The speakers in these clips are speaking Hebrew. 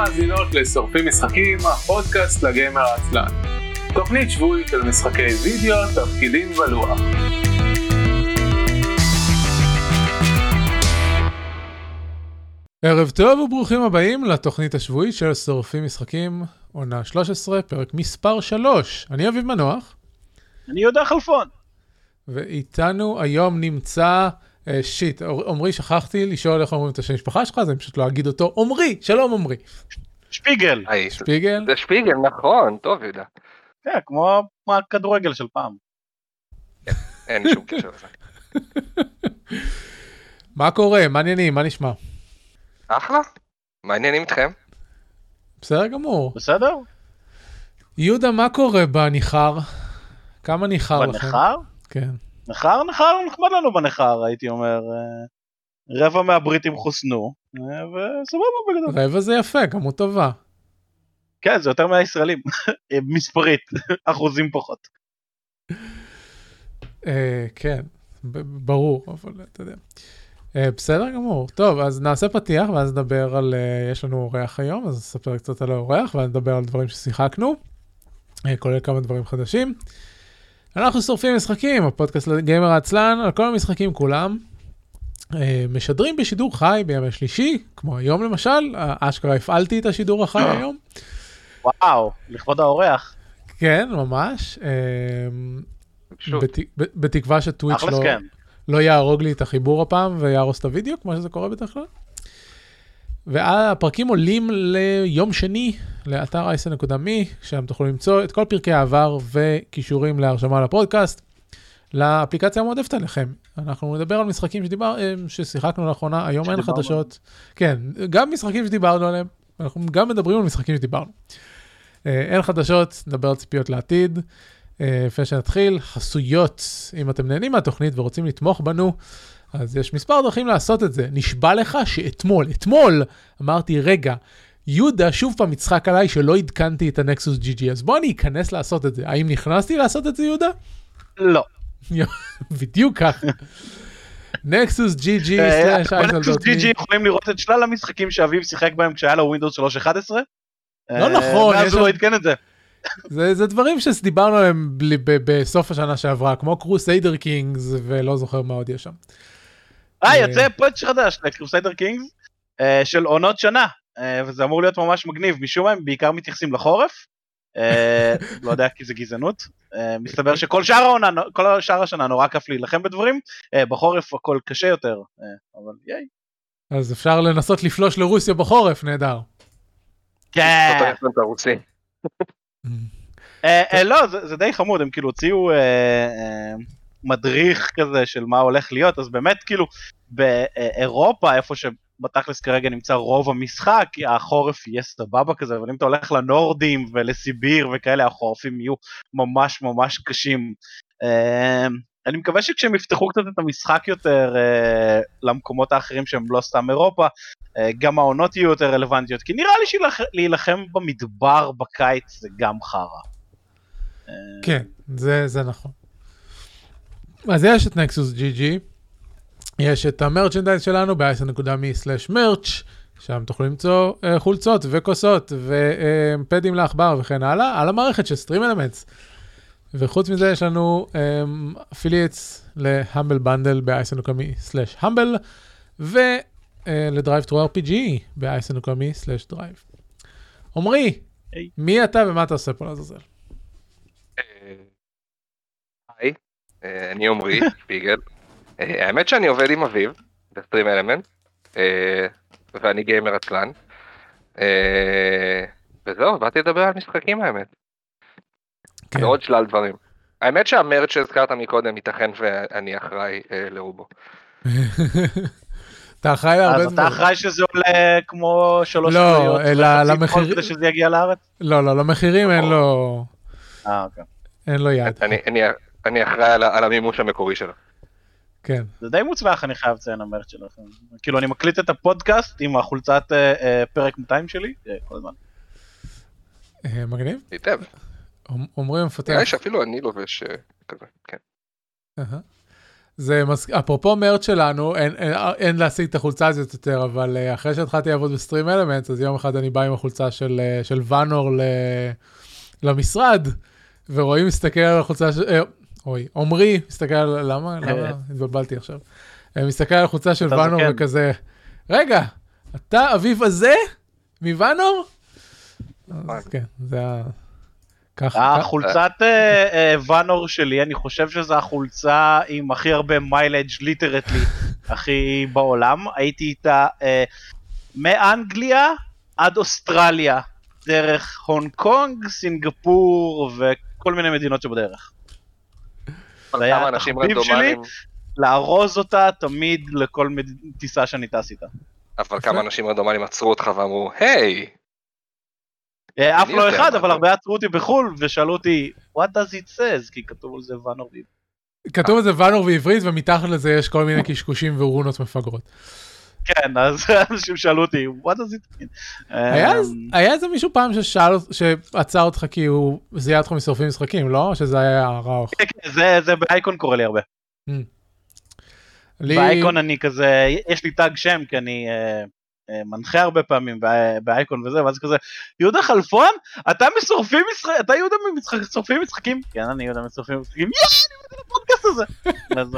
מאזינות לשורפים משחקים, הפודקאסט לגיימר העצלן. תוכנית שבועית של משחקי וידאו, תפקידים ולוח. ערב טוב וברוכים הבאים לתוכנית השבועית של שורפים משחקים, עונה 13, פרק מספר 3. אני אביב מנוח. אני יהודה חלפון. ואיתנו היום נמצא... עומרי, שכחתי לשאול איך אומרים את השם משפחה שלך, אז אני פשוט לא אגיד אותו. עומרי, שלום עומרי. שפיגל. שפיגל? זה שפיגל, נכון, טוב יהודה. כן, כמו הכדורגל של פעם. אין שום קשר לזה. מה קורה? מה עניינים? מה נשמע? אחלה, מה עניינים איתכם? בסדר גמור. בסדר? יהודה, מה קורה בניחר? כמה ניחר לכם? בניחר? כן. נחר נחמד לנו בניחר, הייתי אומר. רבע מהבריטים חוסנו, וסבבה בגדול. רבע זה יפה, גם הוא טובה. כן, זה יותר מהישראלים. מספרית, אחוזים פחות. כן, ברור, אבל אתה יודע. בסדר גמור. טוב, אז נעשה פתיח, ואז נדבר על... יש לנו אורח היום, אז נספר קצת על האורח, ואז נדבר על דברים ששיחקנו, כולל כמה דברים חדשים. אנחנו שורפים משחקים, הפודקאסט לגיימר העצלן, על כל המשחקים כולם. משדרים בשידור חי בימי שלישי, כמו היום למשל, אשכרה הפעלתי את השידור החי היום. וואו, לכבוד האורח. כן, ממש. בתקווה שטוויץ' לא יהרוג לי את החיבור הפעם ויהרוס את הוידאו, כמו שזה קורה בדרך כלל. והפרקים עולים ליום שני, לאתר isn.me, שם תוכלו למצוא את כל פרקי העבר וקישורים להרשמה לפודקאסט, לאפליקציה המועדפת עליכם. אנחנו נדבר על משחקים ששיחקנו לאחרונה, היום אין חדשות. כן, גם משחקים שדיברנו עליהם, אנחנו גם מדברים על משחקים שדיברנו. אין חדשות, נדבר על ציפיות לעתיד. לפני שנתחיל, חסויות, אם אתם נהנים מהתוכנית ורוצים לתמוך בנו, אז יש מספר דרכים לעשות את זה. נשבע לך שאתמול אמרתי, רגע, יהודה שוב פעם יצחק עליי שלא עדכנתי את הנקסוס GG, אז בוא אני אכנס לעשות את זה. האם נכנסתי לעשות את זה, יהודה? לא. בדיוק כך. נקסוס GG בנקסוס GG יכולים לראות את שלל המשחקים שאביב שיחק בהם כשהיה לו ווינדוס 3.11. לא נכון. ואז הוא לא עדכן את זה. זה דברים שדיברנו עליהם בסוף השנה שעברה, כמו קרוסיידר קינגס, ולא זוכר מה עוד יש שם. יוצא פאץ' חדש לקרוסיידר קינגס, של עונות שנה, וזה אמור להיות ממש מגניב, משום מה הם בעיקר מתייחסים לחורף, לא יודע כי זה גזענות, מסתבר שכל שאר השנה נורא כיף להילחם בדברים, בחורף הכל קשה יותר, אבל ייי. אז אפשר לנסות לפלוש לרוסיה בחורף, נהדר. כן. זאת הרוסי. לא, זה די חמוד, הם כאילו הוציאו מדריך כזה של מה הולך להיות, אז באמת כאילו באירופה, איפה שבתכלס כרגע נמצא רוב המשחק, החורף יהיה סבבה כזה, אבל אם אתה הולך לנורדים ולסיביר וכאלה, החורפים יהיו ממש ממש קשים. אני מקווה שכשהם יפתחו קצת את המשחק יותר למקומות האחרים שהם לא סתם אירופה, גם העונות יהיו יותר רלוונטיות, כי נראה לי שלהילחם במדבר בקיץ זה גם חרה. כן, זה נכון. אז יש את נקסוס GG, יש את המרצ'נדייז שלנו ב-isn.me/merch, שם תוכלו למצוא חולצות וכוסות ופדים לעכבר וכן הלאה, על המערכת של סטרים אלמנטס. וחוץ מזה יש לנו אפילייטס להמבל בנדל ב-isn.me/humble ולדרייב טרו RPG ב-isn.me/drive. עומרי, מי אתה ומה אתה עושה פה לעזאזל? היי, אני עומרי, שפיגל. האמת שאני עובד עם אביב, בסטרים אלמנט, ואני גיימר עצלן. וזהו, באתי לדבר על משחקים האמת. ועוד שלל דברים. האמת שהמרץ שהזכרת מקודם ייתכן ואני אחראי לרובו. אתה אחראי להרבה דברים. אז אתה אחראי שזה עולה כמו 3 קריאות, וחצי כדי שזה יגיע לארץ? לא, למחירים אין לו... אוקיי. אין לו יד. אני אחראי על המימוש המקורי שלו. כן. זה די מוצלח, אני חייב לציין המרץ שלכם. כאילו אני מקליט את הפודקאסט עם החולצת פרק 200 שלי, כל הזמן. מגניב? היטב. אומרים מפתח. נראה שאפילו אני לובש כזה, כן. אפרופו מרץ שלנו, אין להשיג את החולצה הזאת יותר, אבל אחרי שהתחלתי לעבוד בסטרים אלמנטס, אז יום אחד אני בא עם החולצה של ואנור למשרד, ורועי מסתכל על החולצה עומרי מסתכל על, למה? התבלבלתי עכשיו. מסתכל על החולצה של ואנור וכזה, רגע, אתה אביב הזה? מוואנור? אז כן, זה החולצת ואנור שלי, אני חושב שזו החולצה עם הכי הרבה מיילג' ליטרטלי הכי בעולם. הייתי איתה מאנגליה עד אוסטרליה, דרך הונג קונג, סינגפור וכל מיני מדינות שבדרך. זה היה התחביב שלי, לארוז אותה תמיד לכל טיסה שאני טס איתה. אבל כמה אנשים רנדומליים עצרו אותך ואמרו, היי! אף לא אחד, אבל הרבה עצרו אותי בחול ושאלו אותי, what does it says? כי כתוב על זה ואנור בעברית. כתוב על זה ואנור בעברית, ומתחת לזה יש כל מיני קשקושים ורונות מפגרות. כן, אז אנשים שאלו אותי, what does it mean? היה איזה מישהו פעם שעצר אותך כי הוא זיהה אותך משורפים משחקים, לא? או שזה היה רעוך? כן, זה באייקון קורה לי הרבה. באייקון אני כזה, יש לי טאג שם, כי אני מנחה הרבה פעמים באייקון וזה, ואז כזה, יהודה חלפון, אתה יהודה משורפים משחקים? כן, אני יהודה משורפים משחקים, אני יודע לפודקאסט הזה. אז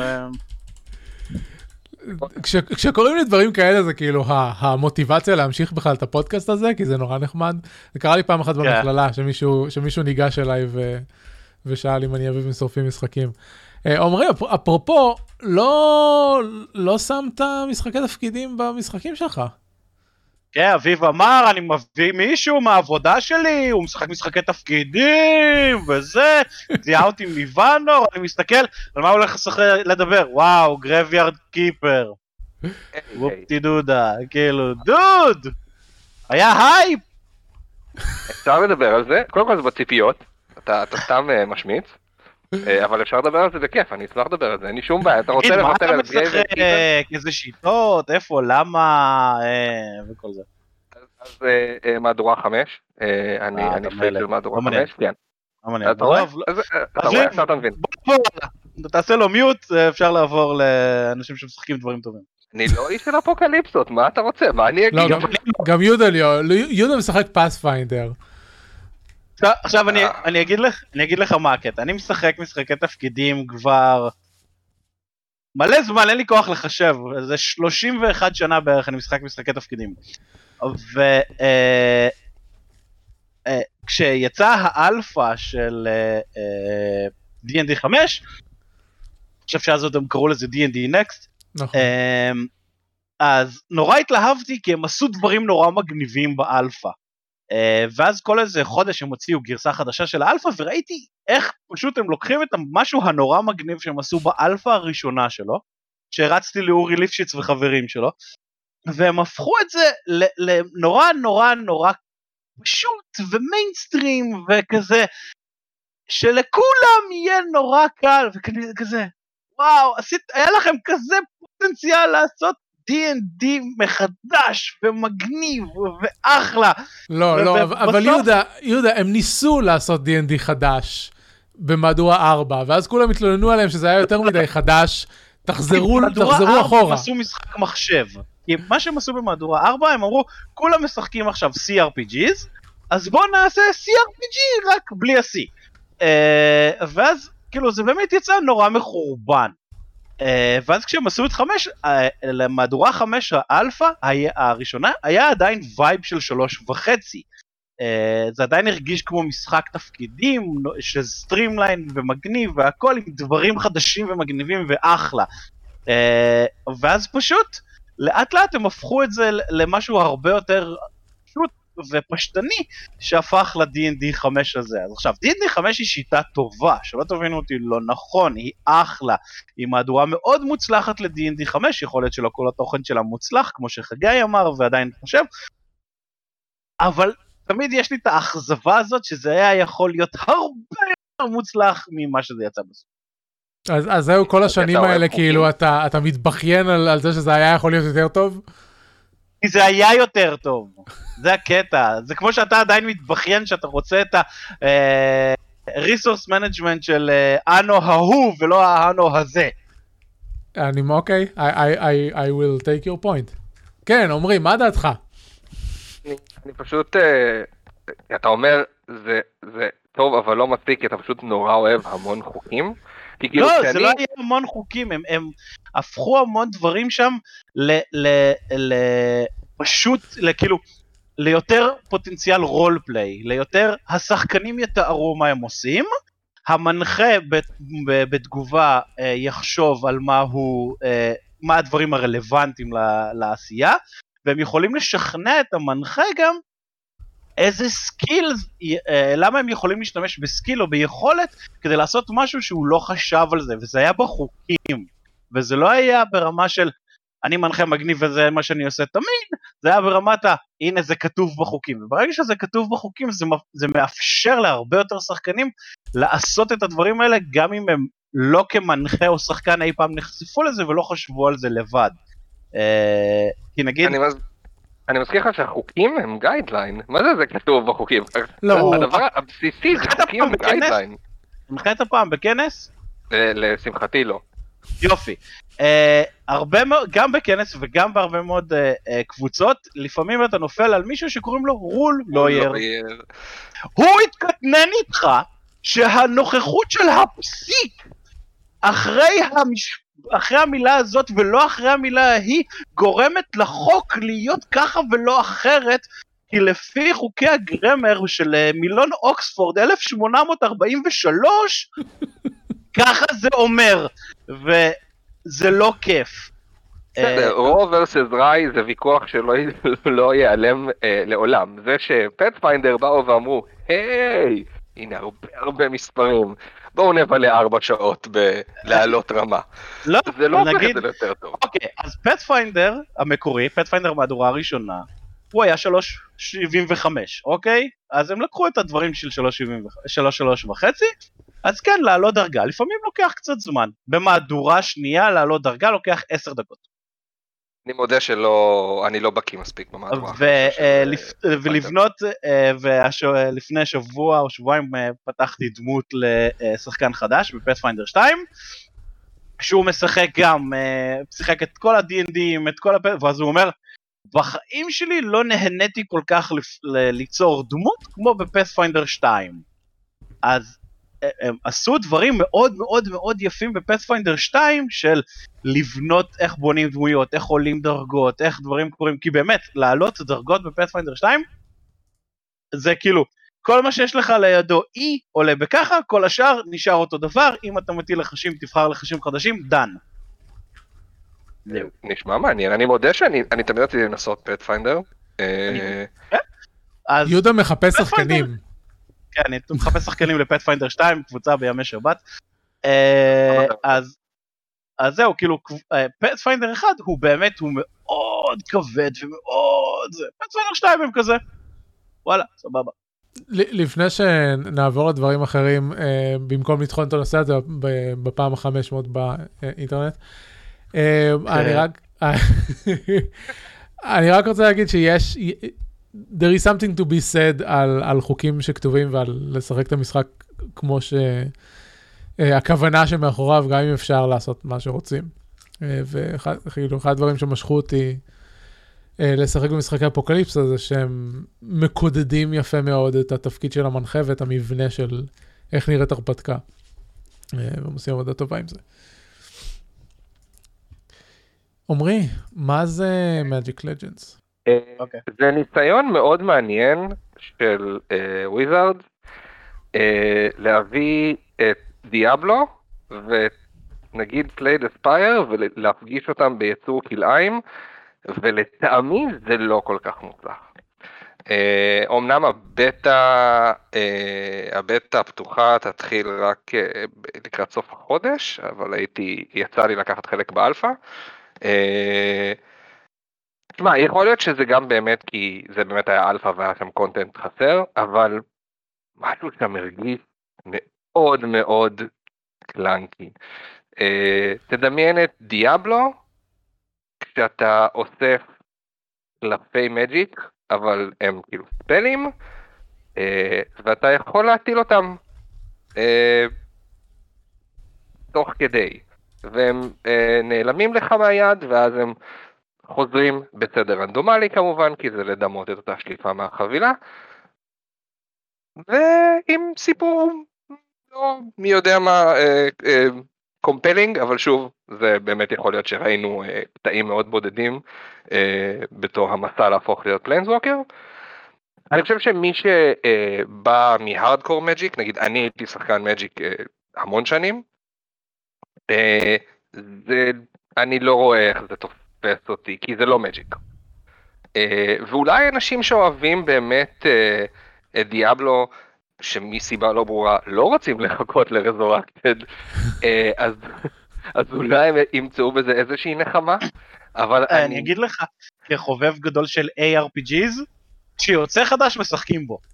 כשקוראים לי דברים כאלה זה כאילו המוטיבציה להמשיך בכלל את הפודקאסט הזה, כי זה נורא נחמד. זה קרה לי פעם אחת במכללה, שמישהו ניגש אליי ושאל אם אני אביב משורפים משחקים. עומרי, אפרופו, לא שמת משחקי תפקידים במשחקים שלך. כן, אביב אמר, אני מביא מישהו מהעבודה שלי, הוא משחק משחקי תפקידים, וזה, זיהה אותי מוואנור, אני מסתכל, על מה הולך לדבר? וואו, גרביארד קיפר. וופטי דודה, כאילו, דוד! היה הייפ! אפשר לדבר על זה, קודם כל זה בציפיות, אתה סתם משמיץ, אבל אפשר לדבר על זה בכיף, אני אשמח לדבר על זה, אין לי שום בעיה, אתה רוצה לוותר על גרביארד קיפר? איזה שיטות, איפה, למה, וכל זה. אז מהדורה 5, אני פייק של מהדורה 5, כן. אתה רואה? אתה מבין. תעשה לו מיוט, אפשר לעבור לאנשים שמשחקים דברים טובים. אני לא איש של אפוקליפסות, מה אתה רוצה? מה אני אגיד? גם יהודה משחק פאספיינדר. עכשיו אני אגיד לך מה הקטע, אני משחק משחקי תפקידים כבר מלא זמן, אין לי כוח לחשב, זה 31 שנה בערך אני משחק משחקי תפקידים. וכשיצא האלפא של D&D 5, אני חושב שאז עוד הם קראו לזה D&D Next, נכון. אז נורא התלהבתי כי הם עשו דברים נורא מגניבים באלפא. ואז כל איזה חודש הם הוציאו גרסה חדשה של האלפא, וראיתי איך פשוט הם לוקחים את המשהו הנורא מגניב שהם עשו באלפא הראשונה שלו, שהרצתי לאורי ליפשיץ וחברים שלו, והם הפכו את זה לנורא נורא נורא פשוט ומיינסטרים וכזה, שלכולם יהיה נורא קל וכזה, וואו, היה לכם כזה פוטנציאל לעשות D&D מחדש ומגניב ואחלה. לא, אבל יהודה, הם ניסו לעשות D&D חדש במהדורה 4, ואז כולם התלוננו עליהם שזה היה יותר מדי חדש, תחזרו אחורה. הם עשו משחק מחשב, כי מה שהם עשו במהדורה 4, הם אמרו, כולם משחקים עכשיו CRPGs, אז בואו נעשה CRPG רק בלי ה-C. ואז כאילו זה באמת יצא נורא מחורבן. ואז כשהם עשו את 5, למהדורה 5 האלפא הראשונה, היה עדיין וייב של 3.5. זה עדיין הרגיש כמו משחק תפקידים, שסטרימליין ומגניב והכל עם דברים חדשים ומגניבים ואחלה. ואז פשוט, לאט לאט הם הפכו את זה למשהו הרבה יותר פשוט ופשטני, שהפך ל-D&D 5 הזה. אז עכשיו, D&D 5 היא שיטה טובה, שלא תבינו אותי לא נכון, היא אחלה, היא מהדורה מאוד מוצלחת ל-D&D 5, יכול להיות שלא כל התוכן שלה מוצלח, כמו שחגי אמר, ועדיין חושב, אבל תמיד יש לי את האכזבה הזאת, שזה היה יכול להיות הרבה יותר מוצלח ממה שזה יצא בסוף. אז זהו כל השנים האלה, כאילו אתה מתבכיין על זה שזה היה יכול להיות יותר טוב? כי זה היה יותר טוב, זה הקטע, זה כמו שאתה עדיין מתבכיין שאתה רוצה את ה-resource management של אנו ההוא ולא האנו הזה. אוקיי, I will take your point. כן, עומרי, מה דעתך? אני פשוט, אתה אומר, זה טוב, אבל לא מספיק, כי אתה פשוט נורא אוהב המון חוקים. לא, זה לא היה המון חוקים, הם הפכו המון דברים שם פשוט, כאילו, ליותר פוטנציאל רול פליי, ליותר השחקנים יתארו מה הם עושים, המנחה בתגובה יחשוב על מה הדברים הרלוונטיים לעשייה, והם יכולים לשכנע את המנחה גם איזה סקיל, למה הם יכולים להשתמש בסקיל או ביכולת כדי לעשות משהו שהוא לא חשב על זה, וזה היה בחוקים, וזה לא היה ברמה של אני מנחה מגניב וזה מה שאני עושה תמיד, זה היה ברמת הנה זה כתוב בחוקים, וברגע שזה כתוב בחוקים זה מאפשר להרבה יותר שחקנים לעשות את הדברים האלה, גם אם הם לא כמנחה או שחקן אי פעם נחשפו לזה ולא חשבו על זה לבד. כי נגיד אני מזכיר לך שהחוקים הם גיידליין. מה זה כתוב בחוקים? לא. הדבר הבסיסי זה חוקים הם גיידליין. מנחית הפעם בכנס? לשמחתי לא. יופי. גם בכנס וגם בהרבה מאוד קבוצות, לפעמים אתה נופל על מישהו שקוראים לו רול לויר. הוא התקטנן איתך שהנוכחות של הפסיק אחרי המילה הזאת ולא אחרי המילה ההיא גורמת לחוק להיות ככה ולא אחרת, כי לפי חוקי הגרמר של מילון אוקספורד 1843 ככה זה אומר, וזה לא כיף. רו versus ראי זה ויכוח שלא ייעלם לעולם. זה שפאת'פיינדר באו ואמרו היי, הנה הרבה מספרים, בואו נבלה 4 שעות בלהעלות רמה. לא, זה לא הופך את זה ליותר טוב. אוקיי, אז פאת'פיינדר המקורי, פאת'פיינדר מהדורה הראשונה, הוא היה 3.75, אוקיי? אז הם לקחו את הדברים של 3.5, אז כן, לעלות דרגה, לפעמים לוקח קצת זמן. במהדורה שנייה לעלות דרגה לוקח 10 דקות. אני מודה שאני לא בקיא מספיק במהדורה. ולבנות, ולפני שבוע או שבועיים פתחתי דמות לשחקן חדש בפאת'פיינדר 2, שהוא משחק גם, משחק את כל ה-D&D, את כל ואז הוא אומר, בחיים שלי לא נהניתי כל כך ליצור דמות כמו בפאת'פיינדר 2. אז הם עשו דברים מאוד מאוד מאוד יפים בפאת'פיינדר 2 של לבנות איך בונים דמויות, איך עולים דרגות, איך דברים קורים, כי באמת לעלות דרגות בפאת'פיינדר 2 זה כאילו כל מה שיש לך לידו E עולה בככה, כל השאר נשאר אותו דבר, אם אתה מטיל לחשים תבחר לחשים חדשים, דן. נשמע מעניין, אני מודה שאני תמיד רציתי לנסות פאת'פיינדר. יהודה מחפש שחקנים. כן, אני מחפש שחקנים לפאת'פיינדר 2, קבוצה בימי שבת. אז זהו, כאילו, פאת'פיינדר 1 הוא באמת, הוא מאוד כבד ומאוד זה. פאת'פיינדר 2 הם כזה. וואלה, סבבה. לפני שנעבור לדברים אחרים, במקום לתחון את הנושא הזה בפעם ה-500 באינטרנט, אני רק רוצה להגיד שיש... there is something to be said על חוקים שכתובים ועל לשחק את המשחק כמו שהכוונה שמאחוריו, גם אם אפשר לעשות מה שרוצים. ואחד הדברים שמשכו אותי לשחק במשחקי אפוקליפסה זה שהם מקודדים יפה מאוד את התפקיד של המנחה ואת המבנה של איך נראית הרפתקה. והם עושים עבודה טובה עם זה. עומרי, מה זה Magic Legends? זה ניסיון מאוד מעניין של וויזארד להביא את דיאבלו ונגיד סלייד אספייר ולהפגיש אותם ביצור כלאיים, ולטעמי זה לא כל כך מוצלח. אמנם הבטה הפתוחה תתחיל רק לקראת סוף החודש, אבל יצא לי לקחת חלק באלפא. תשמע, יכול להיות שזה גם באמת, כי זה באמת היה אלפא והיה שם קונטנט חסר, אבל משהו שם הרגיש מאוד מאוד קלנקי. תדמיין את דיאבלו, כשאתה אוסף קלפי מג'יק, אבל הם כאילו ספלים, ואתה יכול להטיל אותם תוך כדי. והם נעלמים לך מהיד, ואז הם חוזרים בסדר רנדומלי כמובן, כי זה לדמות את אותה שליפה מהחבילה, ועם סיפור, לא מי יודע מה, קומפלינג, אבל שוב, זה באמת יכול להיות שראינו קטעים מאוד בודדים, בתור המסע להפוך להיות פליינסווקר. אני חושב שמי שבא מהארדקור מג'יק, נגיד אני הייתי שחקן מג'יק המון שנים, אני לא רואה איך זה תופס אותי, כי זה לא מג'יק. ואולי אנשים שאוהבים באמת את דיאבלו, שמסיבה לא ברורה לא רוצים לחכות לרזורקטד, אז אולי הם ימצאו בזה איזושהי נחמה, אבל אני אגיד לך, כחובב גדול של ARPGs, כשיוצא חדש משחקים בו.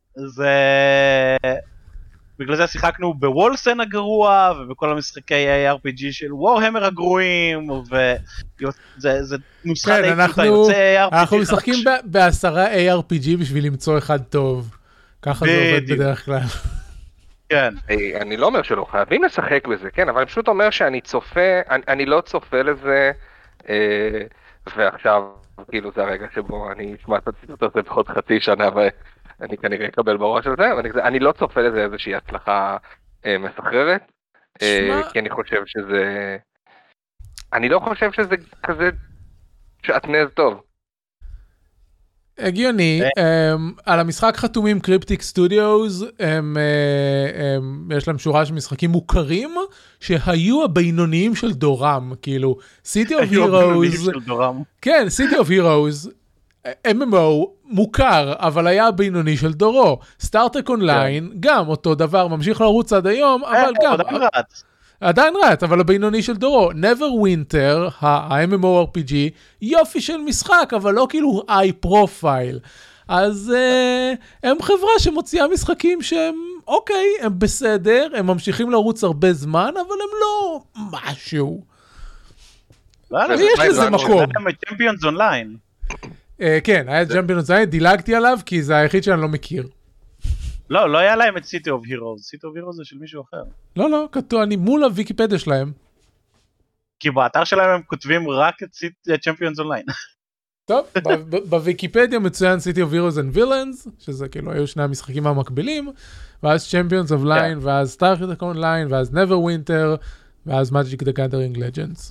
בגלל זה שיחקנו בוולסן הגרוע, ובכל המשחקי ARPG של וורהמר הגרועים, וזה נוסחה די פשוטה, יוצא ARPG. אנחנו משחקים ב10 ARPG בשביל למצוא אחד טוב. ככה זה עובד בדרך כלל. כן. אני לא אומר שלא חייבים לשחק בזה, כן, אבל אני פשוט אומר שאני צופה, אני לא צופה לזה, ועכשיו, כאילו זה הרגע שבו אני אשמע את הציטוט הזה בעוד חצי שנה, ואני כנראה אקבל בראש על זה, אבל אני לא צופה לזה איזושהי הצלחה מסחררת, כי אני חושב שזה, אני לא חושב שזה כזה שעטנז טוב. הגיוני, על המשחק חתומים קריפטיק סטודיוס, יש להם שורה של משחקים מוכרים שהיו הבינוניים של דורם, כאילו City of Heroes, כן, City of Heroes, MMO מוכר, אבל היה הבינוני של דורו, סטארטק אונליין, גם אותו דבר, ממשיך לרוץ עד היום, אבל גם, עדיין רץ, אבל הבינוני של דורו, Neverwinter, ה-MMORPG, יופי של משחק, אבל לא כאילו high profile. אז הם חברה שמוציאה משחקים שהם, אוקיי, הם בסדר, הם ממשיכים לרוץ הרבה זמן, אבל הם לא משהו. ויש לזה מקום. היה צ'מפיונס אונליין. כן, היה צ'מפיונס אונליין, דילגתי עליו, כי זה היחיד שאני לא מכיר. לא היה להם את City of Heroes, City of Heroes זה של מישהו אחר. לא, כתוב, אני מול הוויקיפדיה שלהם. כי באתר שלהם הם כותבים רק את Champions Online. טוב, בוויקיפדיה מצוין City of Heroes and Villains, שזה כאילו היו שני המשחקים המקבילים, ואז Champions of Line, ואז Starcraft Online, ואז Neverwinter, ואז Magic the Gathering Legends.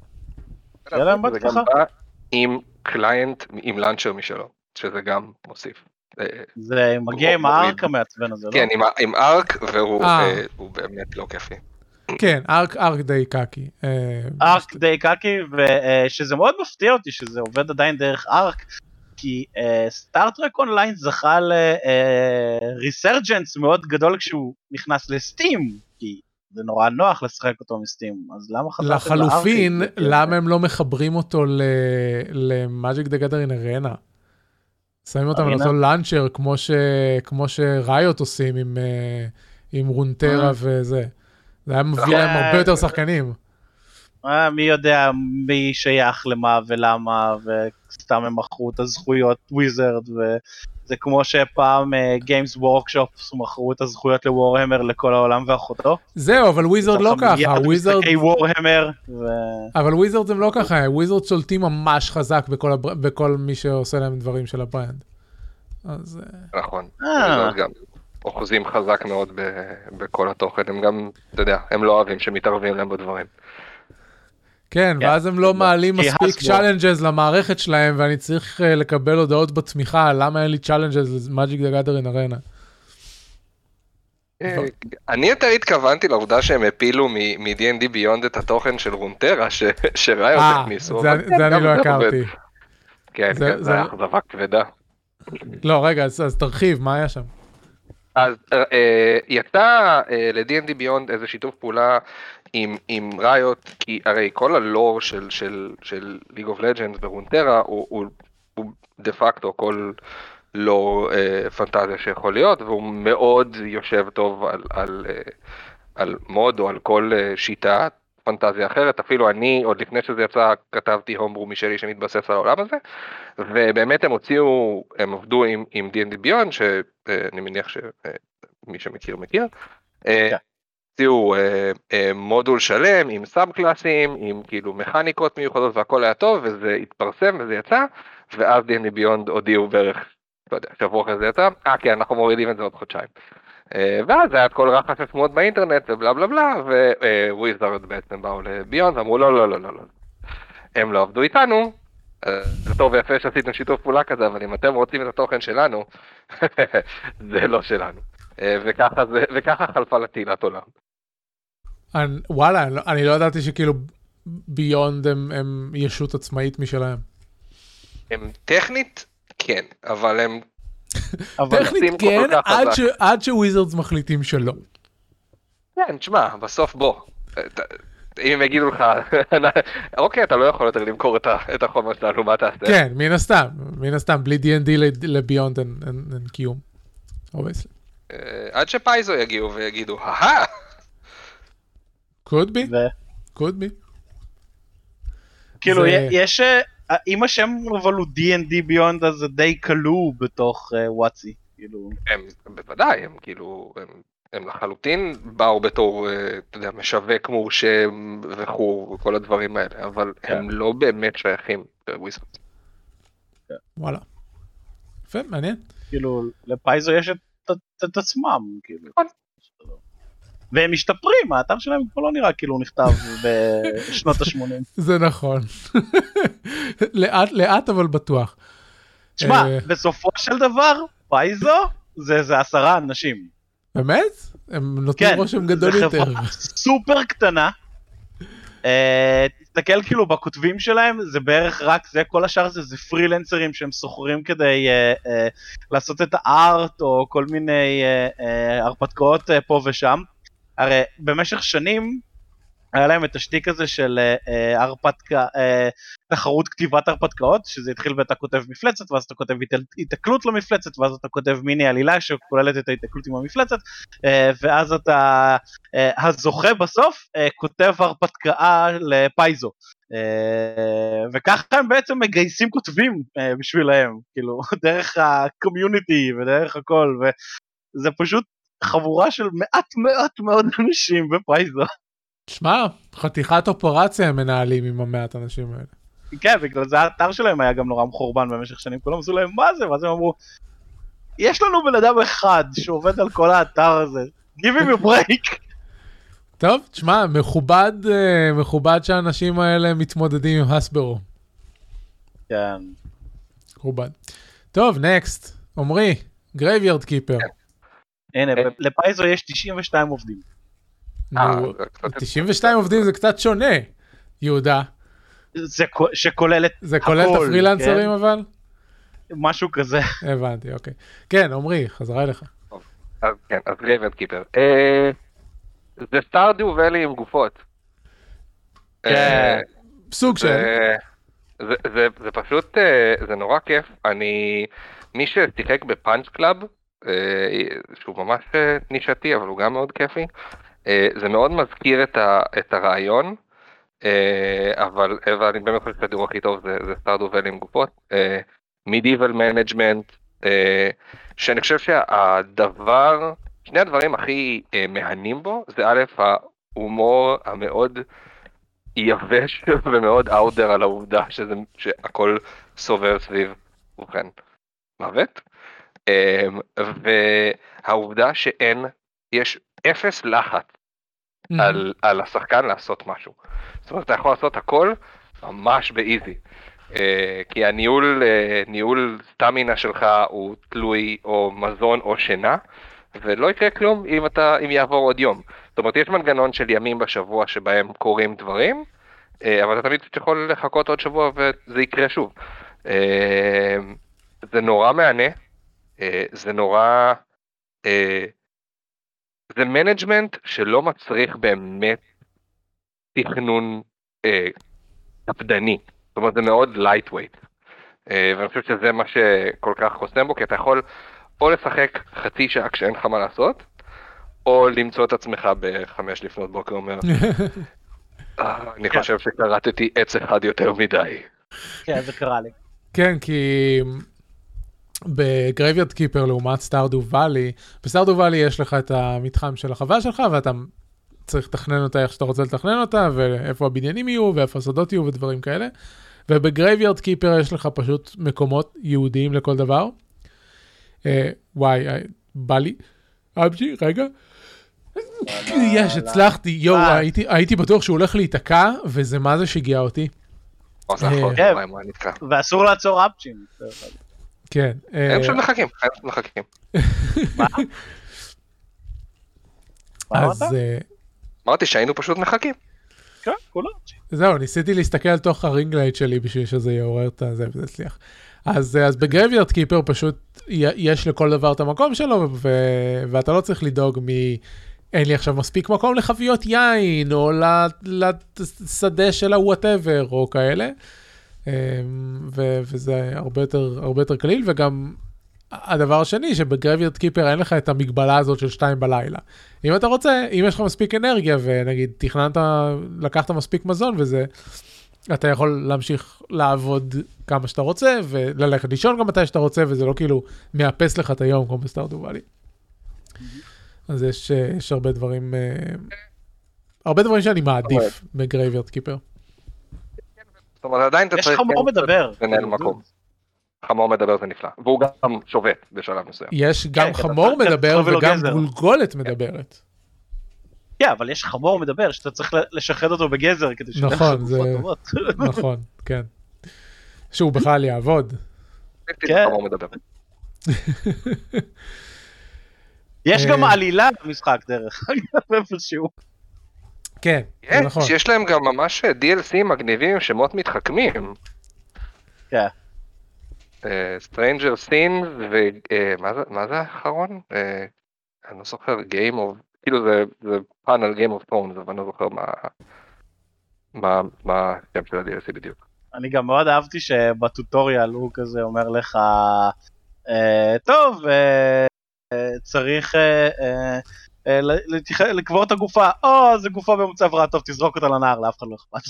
זה גם בא עם קליינט, עם לאנצ'ר משלו, שזה גם מוסיף. זה מגיע עם הארק המעצבן הזה, לא? כן, עם ארק, והוא באמת לא כיפי. כן, ארק די קאקי. ארק די קאקי, ושזה מאוד מפתיע אותי שזה עובד עדיין דרך ארק, כי סטארטרק אונליין זכה לריסרג'נס מאוד גדול כשהוא נכנס לסטים, כי זה נורא נוח לשחק אותו מסטים, אז למה חזרתם לארק? לחלופין, למה הם לא מחברים אותו למאג'יק דה גאדרינג ארנה? שמים אותם לעשות לאנצ'ר, כמו שריוט עושים עם רונטרה וזה. זה היה מביא להם הרבה יותר שחקנים. מי יודע מי שייך למה ולמה, וסתם הם מכרו את הזכויות וויזרד, וזה כמו שפעם Games Workshop מכרו את הזכויות לוורהמר לכל העולם ואחותו. זהו, אבל וויזרד לא ככה. אבל וויזרד הם לא ככה, וויזרד שולטים ממש חזק בכל מי שעושה להם דברים של הברנד. נכון, גם אוחזים חזק מאוד בכל התוכן, הם גם, אתה יודע, הם לא אוהבים שמתערבים להם בדברים. כן, ואז הם לא מעלים מספיק צ'אלנג'ז למערכת שלהם, ואני צריך לקבל הודעות בתמיכה, למה אין לי צ'אלנג'ז למאג'יק דה גאדרינג ארנה. אני יותר התכוונתי לעובדה שהם הפילו מ-D&D Beyond את התוכן של רונטרה, שראיון הכניסו. זה אני לא הכרתי. כן, זה היה אכזבה כבדה. לא, רגע, אז תרחיב, מה היה שם? אז יצא ל-D&D Beyond איזה שיתוף פעולה עם ריוט, כי הרי כל הלור של League of Legends ורונטרה הוא דה פקטו כל לור פנטזיה שיכול להיות, והוא מאוד יושב טוב על מוד או על כל שיטה פנטזיה אחרת. אפילו אני, עוד לפני שזה יצא, כתבתי הומברו משלי שמתבסס על העולם הזה, ובאמת הם עבדו עם D&D Beyond, שאני מניח שמי שמכיר מכיר, הוציאו מודול שלם עם סאב קלאסים, עם כאילו מכניקות מיוחדות והכל היה טוב, וזה התפרסם וזה יצא, ואז D&D Beyond הודיעו בערך, לא יודע, שבוע כזה יצא, כן, אנחנו מורידים את זה עוד חודשיים. ואז היה את כל רחש השמועות באינטרנט ובלה בלה בלה, וויזארד בעצם באו לביונד ואמרו לא, הם לא עבדו איתנו, זה טוב ויפה שעשיתם שיתוף פעולה כזה, אבל אם אתם רוצים את התוכן שלנו, זה לא שלנו. וככה חלפה לתהילת עולם. וואלה, אני לא ידעתי שכאילו ביונד הם ישות עצמאית משלהם. הם טכנית כן, אבל הם טכנית כן, עד שוויזרדס מחליטים שלא. כן, תשמע, בסוף בוא. אם הם יגידו לך, אוקיי, אתה לא יכול יותר למכור את החומר שלנו, מה תעשה? כן, מן הסתם, בלי D&D לביונד אין קיום. עד שפייזו יגיעו ויגידו, could be. כאילו, יש, אם השם אבל הוא D&D Beyond, אז זה די קלו בתוך וואטסי, כאילו. הם, בוודאי, הם כאילו, הם לחלוטין באו בתור, אתה יודע, משווק מורשה וכו' וכל הדברים האלה, אבל הם לא באמת שייכים לוויזארדס. וואלה. יפה, מעניין. כאילו, לפייזו יש את עצמם, כאילו. והם משתפרים, האתר שלהם כבר לא נראה כאילו הוא נכתב בשנות ה-80. זה נכון. לאט אבל בטוח. תשמע, בסופו של דבר, פייזו זה 10 אנשים. באמת? הם נותנים רושם גדול יותר. כן, זה חברה סופר קטנה. תסתכל כאילו בכותבים שלהם, זה בערך רק זה, כל השאר זה פרילנסרים שהם סוחרים כדי לעשות את הארט, או כל מיני הרפתקאות פה ושם. הרי במשך שנים היה להם את השטיק הזה של תחרות כתיבת הרפתקאות, שזה התחיל ואתה כותב מפלצת, ואז אתה כותב התקלות למפלצת, ואז אתה כותב מיני עלילה שכוללת את ההתקלות עם המפלצת, ואז אתה הזוכה בסוף כותב הרפתקאה לפייזו, וככה הם בעצם מגייסים כותבים בשבילהם, כאילו דרך הקומיוניטי ודרך הכל, וזה פשוט חבורה של מעט מאוד אנשים בפייזו. תשמע, חתיכת אופרציה הם מנהלים עם המעט אנשים האלה. כן, בגלל זה האתר שלהם היה גם נורא מחורבן במשך שנים, כולם עשו להם מה זה? ואז הם אמרו, יש לנו בן אדם אחד שעובד על כל האתר הזה, give him a break. טוב, תשמע, מכובד שהאנשים האלה מתמודדים עם הסברו. כן. מכובד. טוב, נקסט, עומרי, גרייביארד קיפר. הנה, לפייזו יש 92 עובדים. 92 עובדים זה קצת שונה, יהודה. זה שכולל את הכל. זה כולל את הפרילנסרים אבל? משהו כזה. הבנתי, אוקיי. כן, עומרי, חזרה אליך. אז כן, אז גרייביארד קיפר. זה סטארדיו ואלי עם גופות. סוג של. זה פשוט, זה נורא כיף. מי ששיחק בפאנץ' קלאב, שהוא ממש נישתי, אבל הוא גם מאוד כיפי, זה מאוד מזכיר את הרעיון, אבל אני באמת חושב שהדיור הכי טוב זה סטארדיו ואלי עם גופות. Medieval Management, שאני חושב שני הדברים הכי מהנים בו, זה א', ההומור המאוד יבש ומאוד אאודר על העובדה שהכל סובב סביב, ובכן, מוות. והעובדה יש אפס לחץ על השחקן לעשות משהו. זאת אומרת, אתה יכול לעשות הכל ממש באיזי. כי ניהול סטמינה שלך הוא תלוי או מזון או שינה, ולא יקרה כלום אם יעבור עוד יום. זאת אומרת, יש מנגנון של ימים בשבוע שבהם קורים דברים, אבל אתה תמיד יכול לחכות עוד שבוע וזה יקרה שוב. זה נורא מענה, זה נורא, זה מנג'מנט שלא מצריך באמת תכנון קפדני. זאת אומרת, זה מאוד lightweight, ואני חושב שזה מה שכל כך חוסם בו, כי אתה יכול או לשחק חצי שעה כשאין לך מה לעשות, או למצוא את עצמך ב5 לפנות בוקר אומר, אני חושב שקראתי עץ אחד יותר מדי. כן, זה קרה לי. כן, כי בגרייביארד קיפר לעומת סטארדיו ואלי, בסטארדיו ואלי יש לך את המתחם של החווה שלך, ואתה צריך לתכנן אותה איך שאתה רוצה לתכנן אותה, ואיפה הבניינים יהיו, ואיפה השדות יהיו, ודברים כאלה. ובגרייביארד קיפר יש לך פשוט מקומות יהודיים לכל דבר. וואי, בא לי. אבג'י, רגע. יש, הצלחתי. יואו, הייתי בטוח שהוא הולך להיתקע, וזה מה זה שהגיע אותי. ואסור לעצור אפצ'ים. כן. הם פשוט מחכים. אז... אמרתי שהיינו פשוט מחכים. כן, כולם. זהו, ניסיתי להסתכל על תוך הרינגלייט שלי בשביל שזה יעורר את זה וזה הצליח. אז בגרייביארד קיפר פשוט יש לכל דבר את המקום שלו, ואתה לא צריך לדאוג אין לי עכשיו מספיק מקום לחביות יין, או לשדה של ה-whatever, או כאלה. וזה הרבה יותר קליל, וגם הדבר השני, שבגרייביארד קיפר אין לך את המגבלה הזאת של 2 בלילה. אם אתה רוצה, אם יש לך מספיק אנרגיה, ונגיד תכננת, לקחת מספיק מזון וזה, אתה יכול להמשיך לעבוד כמה שאתה רוצה, וללכת לישון גם מתי שאתה רוצה, וזה לא כאילו מאפס לך את היום, כמו בסטארדיו ואלי. אז יש הרבה דברים שאני מעדיף בגרייביארד קיפר. זאת אומרת, עדיין אתה צריך... יש חמור מדבר. לנהל מקום. חמור מדבר זה נפלא. והוא גם שובת בשלב מסוים. יש גם חמור מדבר וגם גולגולת מדברת. כן, אבל יש חמור מדבר שאתה צריך לשחד אותו בגזר כדי שתלך לך גופות טובות. נכון, כן. שהוא בכלל יעבוד. כן. חמור מדבר. יש גם עלילה במשחק דרך אגב איפשהו. כן, זה נכון. יש להם גם ממש DLC מגניבים עם שמות מתחכמים. כן. Stranger Things ומה זה האחרון? אני לא זוכר, Game of... כאילו זה פאנל Game of Thrones, אבל אני לא זוכר מה השם של ה-DLC בדיוק. אני גם מאוד אהבתי שבטוטוריאל הוא כזה אומר לך, טוב, צריך לקבור את הגופה, זה גופה במצב רע, טוב, תזרוק אותה לנהר, לאף אחד לא אכפת.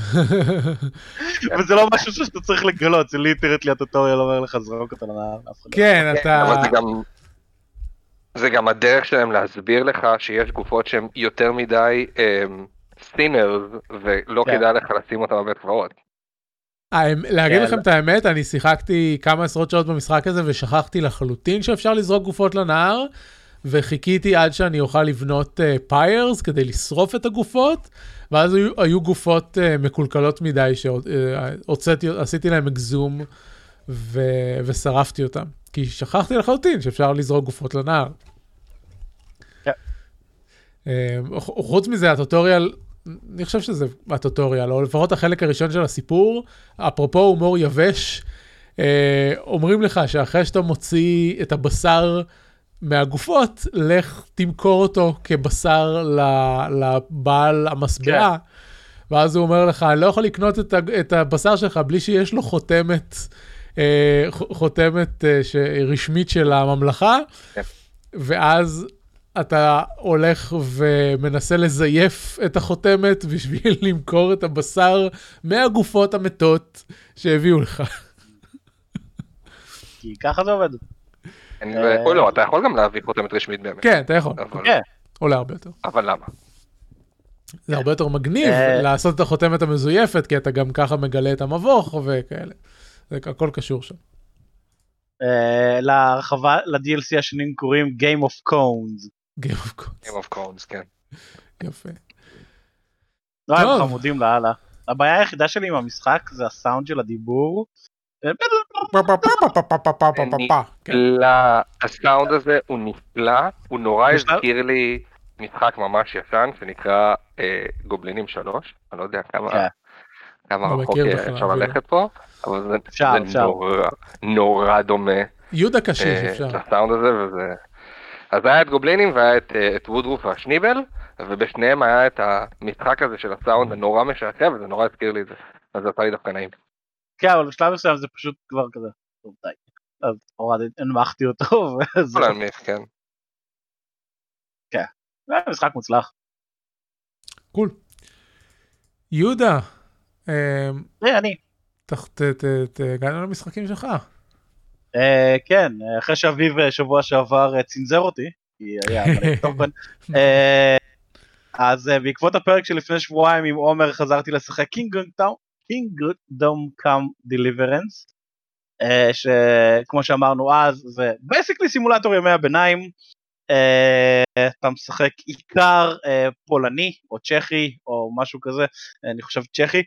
וזה לא משהו שאתה צריך לגלות, זה ליטרלי הטוטוריאל אומר לך, זרוק אותה לנהר, לאף אחד לא אכפת. כן, אתה... זה גם הדרך שלהם להסביר לך שיש גופות שהן יותר מדי סינרס, ולא כדאי לך לשים אותם בבית קברות. להגיד לכם את האמת, אני שיחקתי כמה עשרות שעות במשחק הזה, ושכחתי לחלוטין שאפשר לזרוק גופות לנהר, וחיכיתי עד שאני אוכל לבנות פיירס, כדי לשרוף את הגופות, ואז היו גופות מקולקלות מדי, שעשיתי להם אקזום, ושרפתי אותם. כי שכחתי לחלוטין שאפשר לזרוק גופות לנהר. חוץ מזה, הטוטוריאל, אני חושב שזה הטוטוריאל, או לפחות החלק הראשון של הסיפור, אפרופו הומור יבש, אומרים לך שאחרי שאתה מוציא את הבשר מהגופות, לך תמכור אותו כבשר לבעל המסברה, ואז הוא אומר לך, אני לא יכול לקנות את הבשר שלך בלי שיש לו חותמת רשמית של הממלכה, ואז אתה הולך ומנסה לזייף את החותמת בשביל למכור את הבשר מהגופות המתות שהביאו לך. כי ככה זה עובד. לא, אתה יכול גם להביא חותמת רשמית באמת. כן, אתה יכול. עולה הרבה יותר. אבל למה? זה הרבה יותר מגניב לעשות את החותמת המזויפת, כי אתה גם ככה מגלה את המבוך וכאלה. זה הכל קשור שם. להרחבה, ל-DLC השנים קוראים Game of Cones. Game of Cones, כן. יפה. לא, הם חמודים להלאה. הבעיה היחידה שלי עם המשחק זה הסאונד של הדיבור. הסאונד הזה הוא נפלא, הוא נורא הזכיר לי משחק ממש ישן שנקרא גובלינים 3, אני לא יודע כמה רחוק אפשר ללכת פה, אבל זה נורא דומה. יהודה קשיש אפשר. לסאונד הזה וזה... אז היה את גובלינים והיה את וודרוף והשניבל, ובשניהם היה את המשחק הזה של הסאונד הנורא משעשע, וזה נורא הזכיר לי את זה, אז זה עשה לי דווקא נעים. כן, אבל בשלב מסוים זה פשוט כבר כזה, טוב די, אז הנמכתי אותו, לא להנמיך, כן. כן, זה היה משחק מוצלח. קול. יהודה, אני. הגענו למשחקים שלך. כן, אחרי שאביב שבוע שעבר צנזר אותי, כי היה תוכן. אז בעקבות הפרק שלפני שבועיים עם עומר חזרתי לשחק Kingdom Come Deliverance, שכמו שאמרנו אז זה basically סימולטור ימי הביניים, אתה משחק עיקר פולני או צ'כי או משהו כזה, אני חושב צ'כי,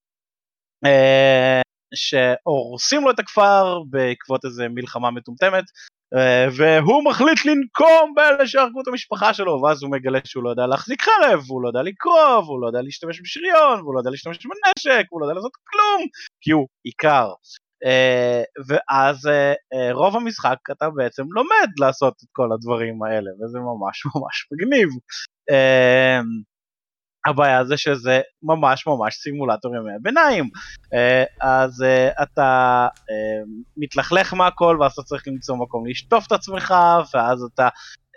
שהורסים לו את הכפר בעקבות איזה מלחמה מטומטמת, והוא מחליט לנקום באלה שהרגו את המשפחה שלו, ואז הוא מגלה שהוא לא יודע להחזיק חרב, הוא לא יודע לקרוא, הוא לא יודע להשתמש בשריון, הוא לא יודע להשתמש בנשק, הוא לא יודע לעשות כלום, כי הוא עיקר. ואז רוב המשחק אתה בעצם לומד לעשות את כל הדברים האלה, וזה ממש ממש מגניב. הבעיה זה שזה ממש ממש סימולטור ימי הביניים, אז אתה מתלכלך מהכל, ואז אתה צריך למצוא מקום לשטוף את עצמך, ואז אתה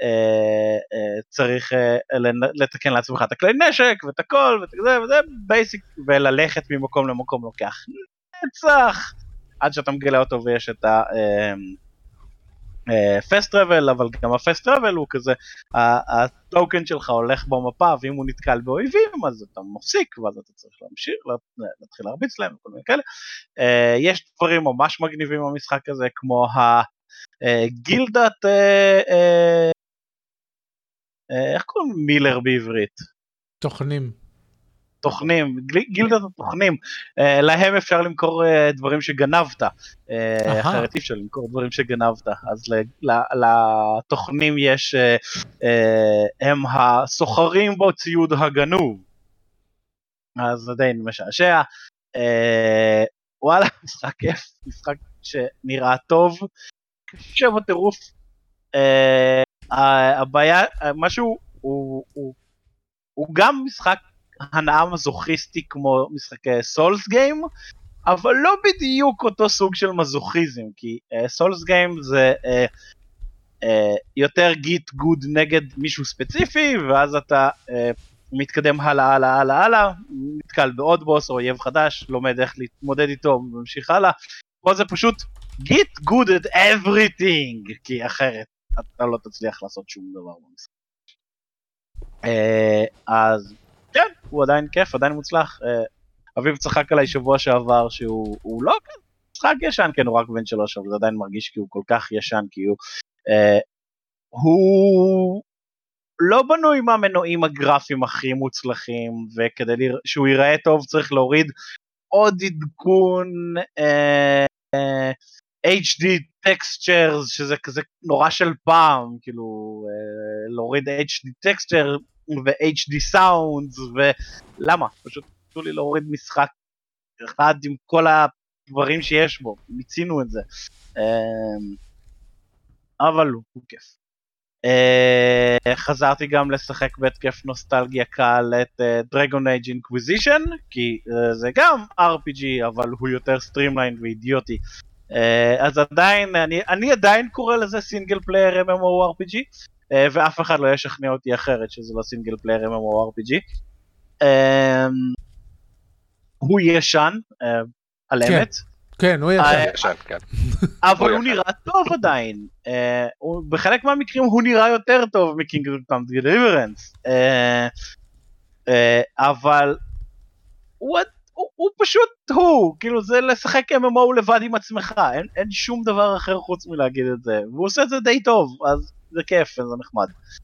צריך לתקן לעצמך את הכלי נשק ואת הכל וזה בייסיק, וללכת ממקום למקום לוקח נצח עד שאתה מגלה אותו, ויש את פסט טראבל, אבל גם הפסט טראבל הוא כזה, הטוקן שלך הולך במפה, ואם הוא נתקל באויבים אז אתה מפסיק, ואז אתה צריך להמשיך, להתחיל להרביץ להם וכל מיני כאלה. יש דברים ממש מגניבים במשחק הזה, כמו הגילדת, איך קוראים מילר בעברית? תוכנים, גילדת התוכנים, להם אפשר למכור דברים שגנבת, אחרת אי אפשר למכור דברים שגנבת, אז לתוכנים יש, הם הסוחרים בציוד הגנוב, אז עדיין משעשע, וואלה, משחק כיף, משחק שנראה טוב, קשה בטירוף, הבעיה, משהו, הוא גם משחק, הנאה מזוכיסטי כמו משחקי סולס גיים, אבל לא בדיוק אותו סוג של מזוכיזם, כי סולס גיים זה יותר גיט גוד נגד מישהו ספציפי, ואז אתה מתקדם הלאה, הלאה, הלאה, הלאה, נתקל בעוד בוס או אויב חדש, לומד איך להתמודד איתו וממשיך הלאה. פה זה פשוט get good at everything, כי אחרת אתה לא תצליח לעשות שום דבר במשחק. אז כן, הוא עדיין כיף, עדיין מוצלח. אביב צחק עליי שבוע שעבר שהוא לא משחק ישן, כן, הוא רק בן 3, אבל זה עדיין מרגיש כי הוא כל כך ישן, כי הוא לא בנוי עם המנועים הגרפיים הכי מוצלחים, וכדי שהוא ייראה טוב צריך להוריד עוד עדכון HD textures, שזה כזה נורא של פעם, כאילו להוריד HD texture ו-HD sounds, ולמה? פשוט תנו לי להוריד משחק אחד עם כל הדברים שיש בו, מיצינו את זה, אבל הוא כיף. חזרתי גם לשחק בהתקף נוסטלגיה קל את Dragon Age Inquisition, כי זה גם RPG, אבל הוא יותר סטרימליין ואידיוטי, אז עדיין, אני עדיין קורא לזה סינגל פלייר MMORPG, ואף אחד לא ישכנע אותי אחרת שזה לא סינגל פלייר MMORPG. הוא ישן, על אמת. כן, הוא ישן, כן. אבל הוא נראה טוב עדיין. בחלק מהמקרים הוא נראה יותר טוב מ-Kingdom Come Deliverance. אבל הוא פשוט כאילו זה לשחק MMO לבד עם עצמך, אין שום דבר אחר חוץ מלהגיד את זה, והוא עושה את זה די טוב, אז זה כיף, זה נחמד.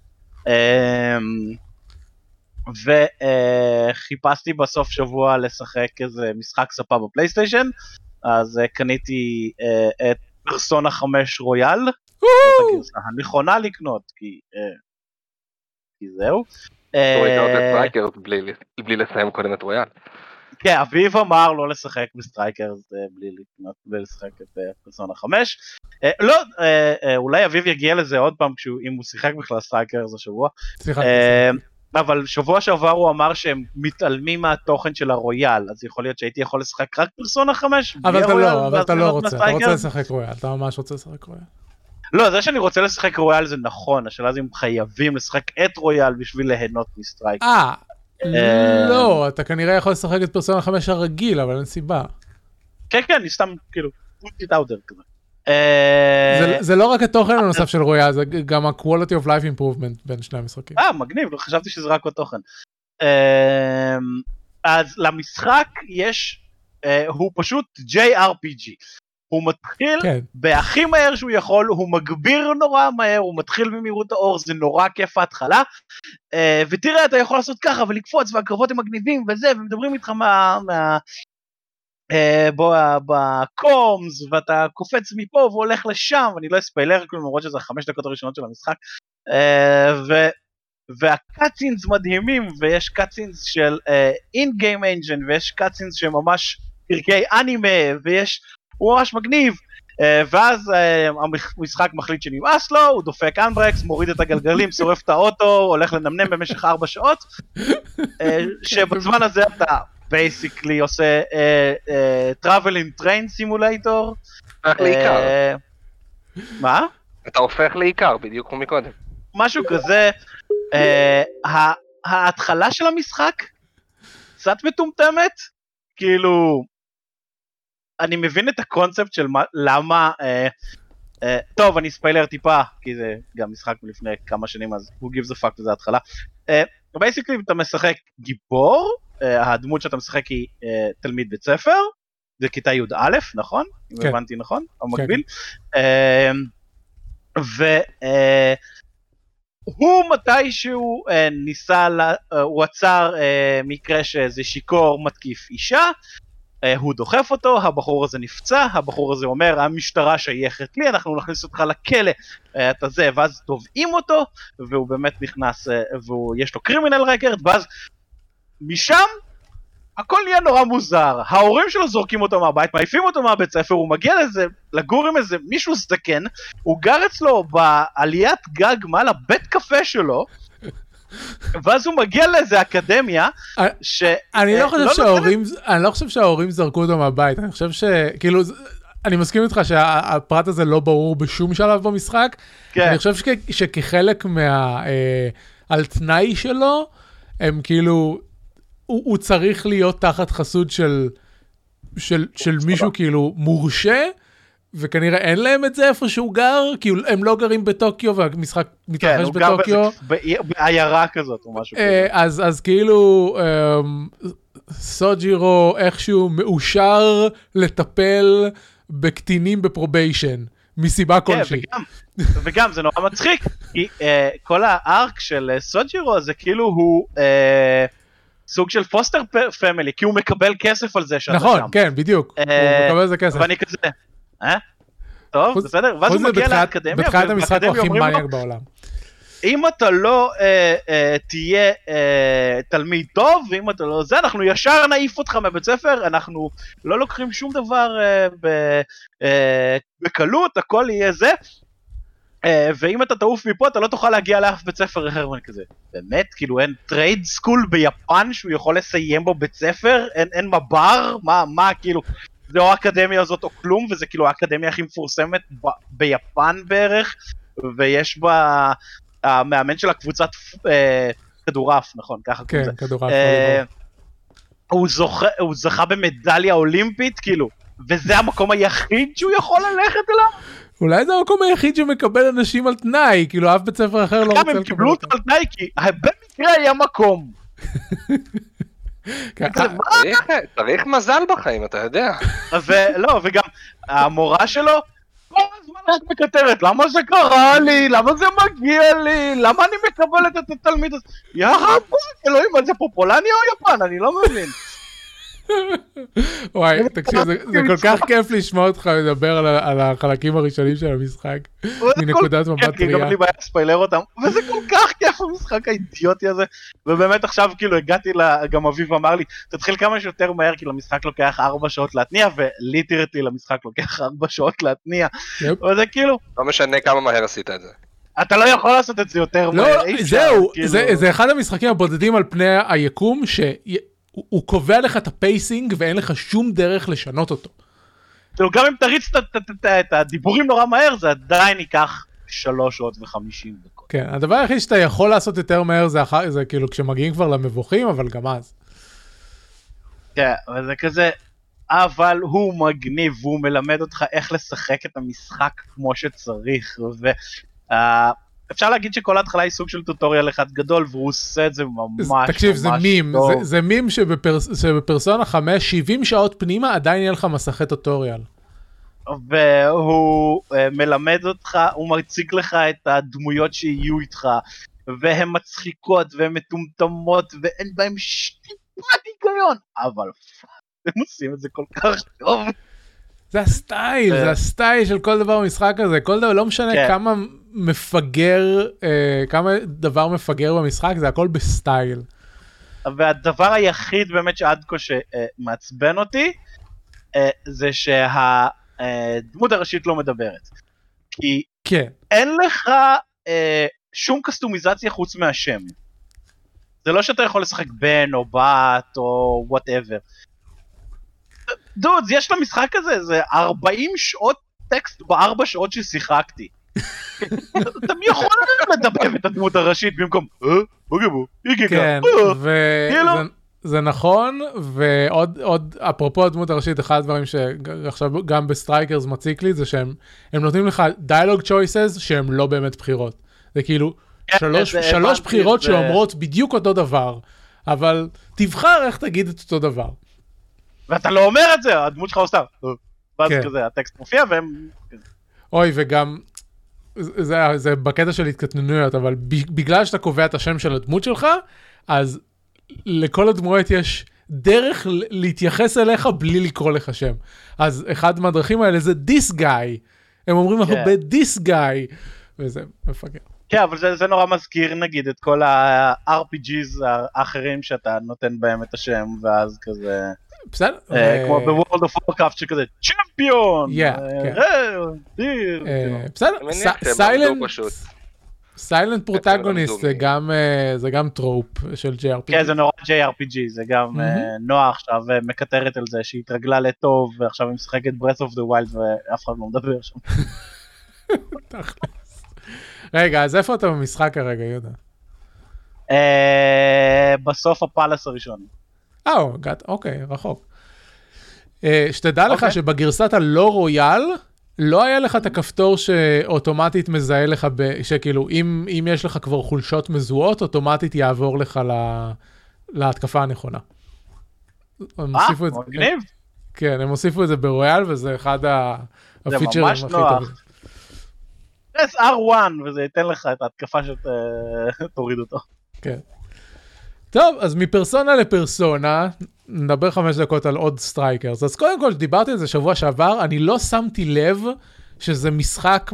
וחיפשתי בסוף שבוע לשחק איזה משחק ספה בפלייסטיישן, אז קניתי את פרסונה 5 רויאל, הנכונה לקנות, כי זהו. הוא הייתה עוד את סטרייקרס בלי לסיים קודם את רויאל. כן, אביב אמר לא לשחק בסטרייקרס בלי לשחק את פרסונה 5. לא, אולי אביב יגיע לזה עוד פעם אם הוא שיחק בכלל סטרייקרס השבוע. אבל שבוע שעבר הוא אמר שהם מתעלמים מהתוכן של הרויאל, אז יכול להיות שהייתי יכול לשחק רק פרסונה 5. אבל אתה לא רוצה, אתה רוצה לשחק רויאל, אתה ממש רוצה לשחק רויאל. לא, זה שאני רוצה לשחק רויאל זה נכון, השאלה זה אם חייבים לשחק את רויאל בשביל ליהנות מסטרייקרס. לא, אתה כנראה יכול לשחק את פרסונה 5 הרגיל, אבל אין סיבה. כן, כן, אני סתם כאילו, put it out there כזה. זה לא רק התוכן הנוסף של רויה, זה גם ה-quality of life improvement בין שני המשחקים. מגניב, חשבתי שזה רק התוכן. אז למשחק יש, הוא פשוט JRPG. הוא מתחיל בהכי מהר שהוא יכול, הוא מגביר נורא מהר, הוא מתחיל במהירות האור, זה נורא כיף ההתחלה, ותראה, אתה יכול לעשות ככה ולקפוץ, והקרבות הם מגניבים וזה, ומדברים איתך בקומס, ואתה קופץ מפה והולך לשם, ואני לא אספיילר כלום, למרות שזה 5 דקות הראשונות של המשחק, והקאצינס מדהימים, ויש קאצינס של in-game engine, ויש קאצינס שממש פרקי אנימה, הוא ממש מגניב, ואז המשחק מחליט שנמאס לו, הוא דופק אנברקס, מוריד את הגלגלים, שורף את האוטו, הולך לנמנם במשך 4 שעות, שבזמן הזה אתה basically עושה travel in train simulator. הופך לעיקר. מה? אתה הופך לעיקר, בדיוק כמו מקודם. משהו כזה, ההתחלה של המשחק קצת מטומטמת, כאילו, אני מבין את הקונספט של למה, טוב, אני ספיילר טיפה, כי זה גם משחק מלפני כמה שנים, אז who gives a fuck וזה ההתחלה. basically אתה משחק גיבור, הדמות שאתה משחק היא תלמיד בית ספר, זה כיתה י"א, נכון? אם הבנתי נכון, המקביל. והוא מתישהו ניסה, הוא עצר מקרה שזה שיקור מתקיף אישה, הוא דוחף אותו, הבחור הזה נפצע, הבחור הזה אומר, המשטרה שייכת לי, אנחנו נכניס אותך לכלא, אתה זה, ואז תובעים אותו, והוא באמת נכנס, ויש לו קרימינל רקורד, ואז משם, הכל נהיה נורא מוזר, ההורים שלו זורקים אותו מהבית, מעיפים אותו מהבית ספר, הוא מגיע לזה, לגור עם איזה מישהו זקן, הוא גר אצלו בעליית גג מעל הבית קפה שלו, ואז הוא מגיע לאיזה אקדמיה, אני לא חושב שההורים זרקו אותו מהבית, אני חושב שכאילו, אני מסכים איתך שהפרט הזה לא ברור בשום שלב במשחק, אני חושב שכחלק על תנאי שלו, הם כאילו, הוא צריך להיות תחת חסות של מישהו כאילו מורשה, וכנראה אין להם את זה איפה שהוא גר, כי הם לא גרים בטוקיו, והמשחק מתרחש בטוקיו. בעיירה כזאת או משהו כזה. אז כאילו, סוג'ירו איכשהו מאושר לטפל בקטינים בפרוביישן, מסיבה כלשהי. וגם זה נורא מצחיק, כי כל הארק של סוג'ירו זה כאילו הוא סוג של פוסטר פמילי, כי הוא מקבל כסף על זה שאתה שם. נכון, כן, בדיוק, הוא מקבל על זה כסף. ואני כזה, טוב, בסדר, ואז הוא מגיע לאקדמיה, בתחילת המשחק הוא הכי מניאק בעולם. אם אתה לא תהיה תלמיד טוב, ואם אתה לא זה, אנחנו ישר נעיף אותך מבית ספר, אנחנו לא לוקחים שום דבר בקלות, הכל יהיה זה, ואם אתה תעוף מפה, אתה לא תוכל להגיע לאף בית ספר אחר, ואני כזה, באמת, כאילו אין טרייד סקול ביפן שהוא יכול לסיים בו בית ספר, אין מבר, מה כאילו, זה או האקדמיה הזאת או כלום, וזה כאילו האקדמיה הכי מפורסמת ביפן בערך, ויש בה המאמן של הקבוצת כדורעף, נכון, ככה כן, כדורעף. הוא זכה במדליה אולימפית, כאילו, וזה המקום היחיד שהוא יכול ללכת אליו? אולי זה המקום היחיד שמקבל אנשים על תנאי, כאילו אף בית ספר אחר לא רוצה לקבל אותם. הם קיבלו אותו על תנאי, כי במקרה היה מקום. צריך מזל בחיים, אתה יודע. ולא, וגם המורה שלו, כל הזמן רק מקטרת, למה זה קרה לי? למה זה מגיע לי? למה אני מקבלת את התלמיד הזה? יא רבו, אלוהים, זה פה פולניה או יפן? אני לא מבין. וואי, תקשיב, זה כל כך כיף לשמוע אותך לדבר על החלקים הראשונים של המשחק, מנקודת מבט טריה. גם לי בעיה לספיילר אותם, וזה כל כך כיף המשחק האידיוטי הזה, ובאמת עכשיו כאילו הגעתי, גם אביב אמר לי, תתחיל כמה שיותר מהר, כי למשחק לוקח 4 שעות להתניע, וליטרטי למשחק לוקח 4 שעות להתניע, וזה כאילו... לא משנה כמה מהר עשית את זה. אתה לא יכול לעשות את זה יותר מהר. לא, זהו, זה אחד המשחקים הבודדים על פני היקום, הוא קובע לך את הפייסינג ואין לך שום דרך לשנות אותו. גם אם תריץ את הדיבורים נורא מהר, זה עדיין ייקח 3 שעות ו50 דקות. כן, הדבר היחיד שאתה יכול לעשות יותר מהר זה כאילו כשמגיעים כבר למבוכים, אבל גם אז. כן, אבל זה כזה, אבל הוא מגניב, והוא מלמד אותך איך לשחק את המשחק כמו שצריך, אפשר להגיד שכל ההתחלה היא סוג של טוטוריאל אחד גדול, והוא עושה את זה ממש תקשיב, זה מים, זה מים שבפרסונה 5, 70 שעות פנימה עדיין יהיה לך מסכי טוטוריאל. והוא מלמד אותך, הוא מציג לך את הדמויות שיהיו איתך, והן מצחיקות והן מטומטמות, ואין בהן שטיפת היגיון, אבל הם עושים את זה כל כך טוב. זה הסטייל, זה הסטייל של כל דבר במשחק הזה, כל דבר, לא משנה כמה מפגר, כמה דבר מפגר במשחק, זה הכל בסטייל. והדבר היחיד באמת שעד כה שמעצבן אותי, זה שהדמות הראשית לא מדברת. כי אין לך שום קסטומיזציה חוץ מהשם. זה לא שאתה יכול לשחק בן או בת או whatever. דוד, יש למשחק הזה, זה 40 שעות טקסט ב4 שעות ששיחקתי. אתה מי יכול לדבר את הדמות הראשית במקום, כן, זה נכון, ועוד אפרופו הדמות הראשית, אחד הדברים שעכשיו גם בסטרייקרס מציק לי, זה שהם נותנים לך dialogue choices שהם לא באמת בחירות. זה כאילו 3 בחירות שאומרות בדיוק אותו דבר, אבל תבחר איך תגיד את אותו דבר. ואתה לא אומר את זה, הדמות שלך עושה, ואז כזה, הטקסט מופיע והם... אוי, וגם, זה בקטע של התקטננויות, אבל בגלל שאתה קובע את השם של הדמות שלך, אז לכל הדמויות יש דרך להתייחס אליך בלי לקרוא לך שם. אז אחד מהדרכים האלה זה this guy, הם אומרים הרבה this guy, וזה מפגר. כן, אבל זה נורא מזכיר נגיד את כל ה-RPGs האחרים שאתה נותן בהם את השם, ואז כזה... בסדר. כמו ב-World of Warcraft שכזה, צ'מפיון! בסדר, סיילנט פרוטגוניסט זה גם טרופ של JRPG. כן, זה נורא JRPG, זה גם נוח עכשיו מקטרת על זה שהיא התרגלה לטוב, ועכשיו היא משחקת Breath of the Wild ואף אחד לא מדבר שם. רגע, אז איפה אתה במשחק הרגע, יהודה? בסוף הפלס הראשון. אוקיי, רחוק. שתדע לך שבגרסת הלא רויאל, לא היה לך את הכפתור שאוטומטית מזהה לך, שכאילו אם יש לך כבר חולשות מזוהות, אוטומטית יעבור לך להתקפה הנכונה. מגניב. כן, הם הוסיפו את זה ברויאל, וזה אחד הפיצ'רים הכי טובים. זה ממש נוח. פרס R1, וזה ייתן לך את ההתקפה שתוריד אותו. כן. טוב, אז מפרסונה לפרסונה, נדבר 5 דקות על עוד סטרייקרס. אז קודם כל, דיברתי על זה שבוע שעבר, אני לא שמתי לב שזה משחק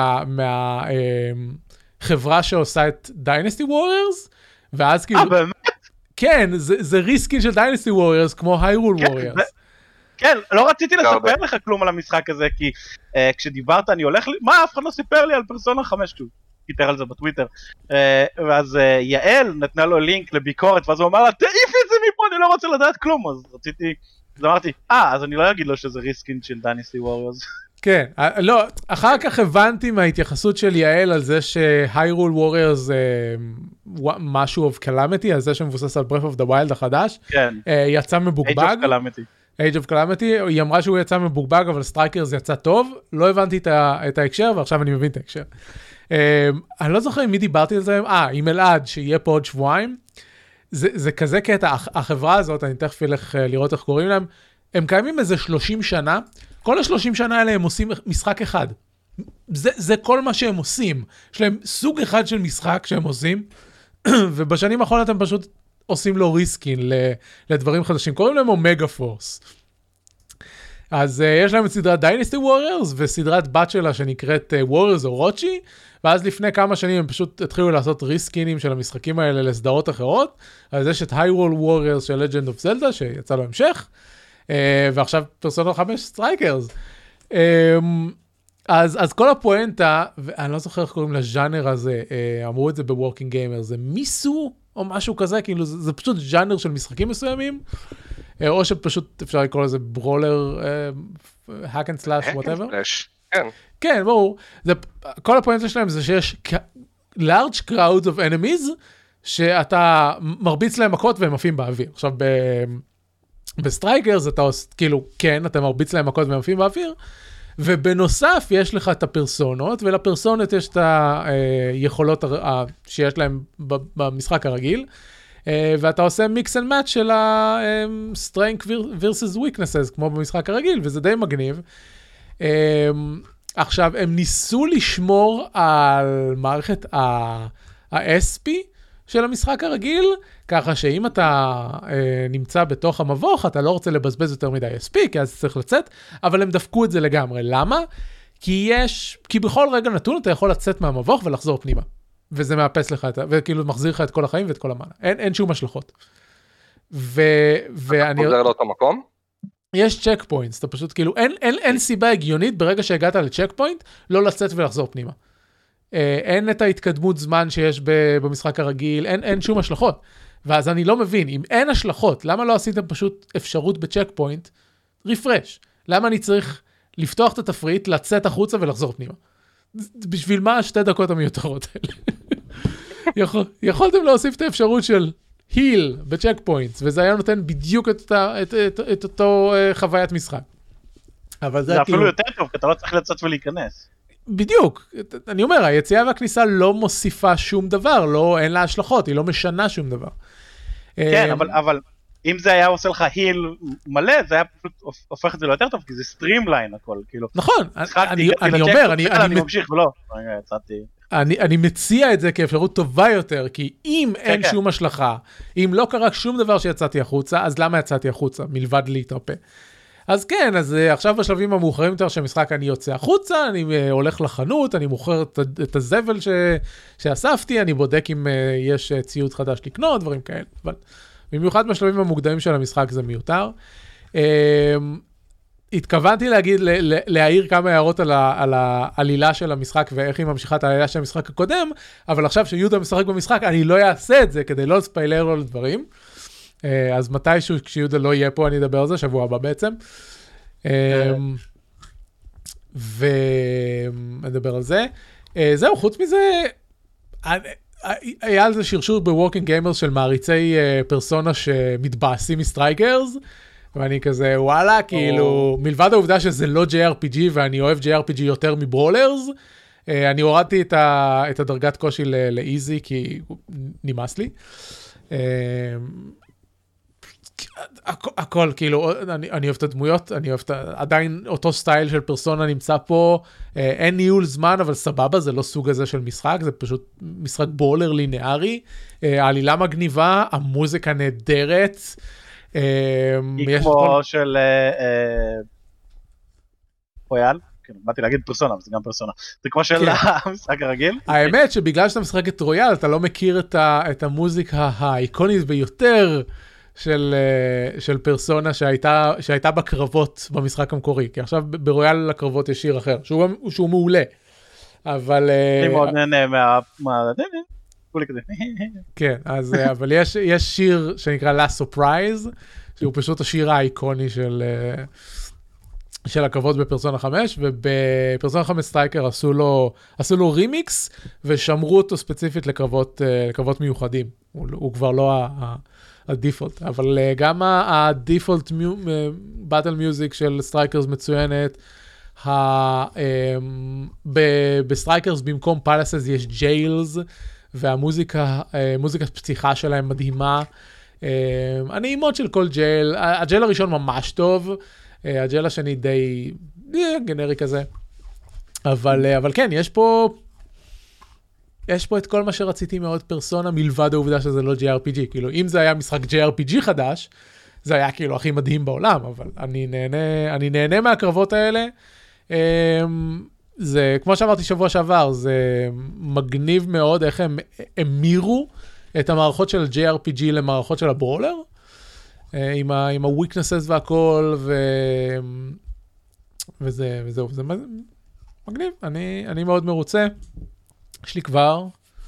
מהחברה שעושה את Dynasty Warriors, ואז כאילו... באמת? כן, זה ריסקין של Dynasty Warriors, כמו Hyrule Warriors. כן, לא רציתי לספר לך כלום על המשחק הזה, כי כשדיברת אני הולך, מה, אף אחד לא סיפר לי על פרסונה 5 כשהוא פיתר על זה בטוויטר, ואז יעל נתנה לו לינק לביקורת, ואז הוא אמר לה, תעיפי את זה מפה, אני לא רוצה לדעת כלום, אז אמרתי, אז אני לא אגיד לו שזה ריסקין של Dynasty Warriors. כן, לא, אחר כך הבנתי מההתייחסות של יעל על זה שהיירול Warriors זה משהו of calamity, על זה שמבוסס על Breath of the Wild החדש, יצא מבוגבג. Age of Calamity. Age of Calamity, היא אמרה שהוא יצא מבוגבג, אבל סטרייקרס יצא טוב, לא הבנתי את ההקשר, ועכשיו אני מבין את ההקשר. אני לא זוכר עם מי דיברתי על זה, עם אלעד, שיהיה פה עוד שבועיים, זה כזה קטע, החברה הזאת, אני תכף אלך לראות איך קוראים להם, הם קיימים איזה 30 שנה, כל ה-30 שנה האלה הם עושים משחק אחד, זה כל מה שהם עושים, יש להם סוג אחד של משחק שהם עושים, ובשנים האחרונות הם פשוט עושים לו ריסקין לדברים חדשים, קוראים להם אומגה פורס. אז יש להם את סדרת Dynasty Warriors, וסדרת בת שלה שנקראת Warriors או רוצ'י, ואז לפני כמה שנים הם פשוט התחילו לעשות ריסקינים של המשחקים האלה לסדרות אחרות, אז יש את Hyrule Warriors של Legend of Zelda, שיצא לו המשך, ועכשיו פרסונה 5 סטרייקרס. אז כל הפואנטה, ואני לא זוכר איך קוראים לז'אנר הזה, אמרו את זה בוורקינג גיימר, זה מיסו או משהו כזה, כאילו זה פשוט ז'אנר של משחקים מסוימים, או שפשוט אפשר לקרוא לזה ברולר, hack and slash, whatever. כן, ברור. כל הפואנטה שלהם זה שיש large crowd of enemies, שאתה מרביץ להם מכות והם עפים באוויר. עכשיו, בסטרייקרס אתה עושה, כאילו, כן, אתה מרביץ להם מכות ומעפים באוויר, ובנוסף יש לך את הפרסונות, ולפרסונות יש את היכולות שיש להם במשחק הרגיל, ואתה עושה מיקס אנד מאץ' של ה-strength versus weaknesses, כמו במשחק הרגיל, וזה די מגניב. עכשיו, הם ניסו לשמור על מערכת ה-SP של המשחק הרגיל, ככה שאם אתה נמצא בתוך המבוך, אתה לא רוצה לבזבז יותר מדי SP, כי אז צריך לצאת, אבל הם דפקו את זה לגמרי. למה? כי בכל רגע נתון אתה יכול לצאת מהמבוך ולחזור פנימה. וזה מאפס לך, וכאילו מחזיר לך את כל החיים ואת כל המנה. אין שום השלכות. אתה חוזר לאותו מקום? יש צ'ק פוינטס, אתה פשוט כאילו, אין סיבה הגיונית ברגע שהגעת לצ'ק פוינט, לא לצאת ולחזור פנימה. אין את ההתקדמות זמן שיש במשחק הרגיל, אין שום השלכות. ואז אני לא מבין, אם אין השלכות, למה לא עשיתם פשוט אפשרות בצ'ק פוינט, רפרש? למה אני צריך לפתוח את התפריט, לצאת החוצה ולחזור פנימה? בשביל מה 2 דקות המיותרות האלה? יכולתם להוסיף את האפשרות של היל בצ'ק פוינט, וזה היה נותן בדיוק את אותו חוויית משחק. זה אפילו יותר טוב, כי אתה לא צריך לצאת ולהיכנס. בדיוק, אני אומר, היציאה והכניסה לא מוסיפה שום דבר, אין לה השלכות, היא לא משנה שום דבר. כן, אבל אם זה היה עושה לך היל מלא, זה היה פשוט הופך את זה ליותר טוב, כי זה סטרימליין הכל, כאילו. נכון, אני אומר, אני ממשיך, ולא, יצאתי. אני מציע את זה כאפשרות טובה יותר, כי אם אין שום השלכה, אם לא קרה שום דבר שיצאתי החוצה, אז למה יצאתי החוצה, מלבד להתרפא? אז כן, אז עכשיו בשלבים המאוחרים יותר שהמשחק אני יוצא החוצה, אני הולך לחנות, אני מוכר את הזבל שאספתי, אני בודק אם יש ציוד חדש לקנות, דברים כאלה. אבל במיוחד בשלבים המוקדמים של המשחק זה מיותר. התכוונתי להעיר כמה הערות על העלילה של המשחק ואיך היא ממשיכה את העלילה של המשחק הקודם, אבל עכשיו שיהודה משחק במשחק, אני לא אעשה את זה כדי לא לספיילר לו לדברים. אז מתישהו כשיהודה לא יהיה פה אני אדבר על זה, שבוע הבא בעצם. ונדבר על זה. זהו, חוץ מזה, היה על זה שרשור בווקינג גיימרס של מעריצי פרסונה שמתבאסים מסטרייקרס, ואני כזה וואלה, כאילו, מלבד העובדה שזה לא JRPG ואני אוהב JRPG יותר מברולרס, אני הורדתי את הדרגת קושי לאיזי כי נמאס לי. הכל, כאילו, אני אוהב את הדמויות, אני אוהב עדיין אותו סטייל של פרסונה נמצא פה, אין ניהול זמן, אבל סבבה, זה לא סוג הזה של משחק, זה פשוט משחק בולר לינארי, העלילה מגניבה, המוזיקה נהדרת, היא כמו של פויאל, באתי להגיד פרסונה, אבל זה גם פרסונה, זה כמו של המשחק הרגיל. האמת שבגלל שאתה משחק את רויאל, אתה לא מכיר את המוזיקה האיקונית ביותר, של פרסונה שהייתה בקרבות במשחק המקורי, כי עכשיו ברויאל לקרבות יש שיר אחר, שהוא מעולה, אבל... אני מאוד נהנה כן, אבל יש שיר שנקרא La Surprise, שהוא פשוט השיר האיקוני של הקרבות בפרסונה 5, ובפרסונה 5 סטרייקר עשו לו רימיקס, ושמרו אותו ספציפית לקרבות מיוחדים, הוא כבר לא הדיפולט, אבל גם הדיפולט באטל מיוזיק של סטרייקרס מצוינת, בסטרייקרס במקום פלאסס יש ג'יילס, והמוזיקה, מוזיקת פתיחה שלהם מדהימה, הנעימות של כל ג'ייל, הג'ייל הראשון ממש טוב, הג'ייל השני די גנרי כזה, אבל כן, יש פה את כל מה שרציתי מאוד פרסונה, מלבד העובדה שזה לא JRPG, כאילו אם זה היה משחק JRPG חדש, זה היה כאילו הכי מדהים בעולם, אבל אני נהנה מהקרבות האלה, זה, כמו שאמרתי שבוע שעבר, זה מגניב מאוד איך הם המירו את המערכות של JRPG למערכות של הברולר, עם ה-weaknesses והכל, וזהו, זה מגניב, אני מאוד מרוצה, יש לי כבר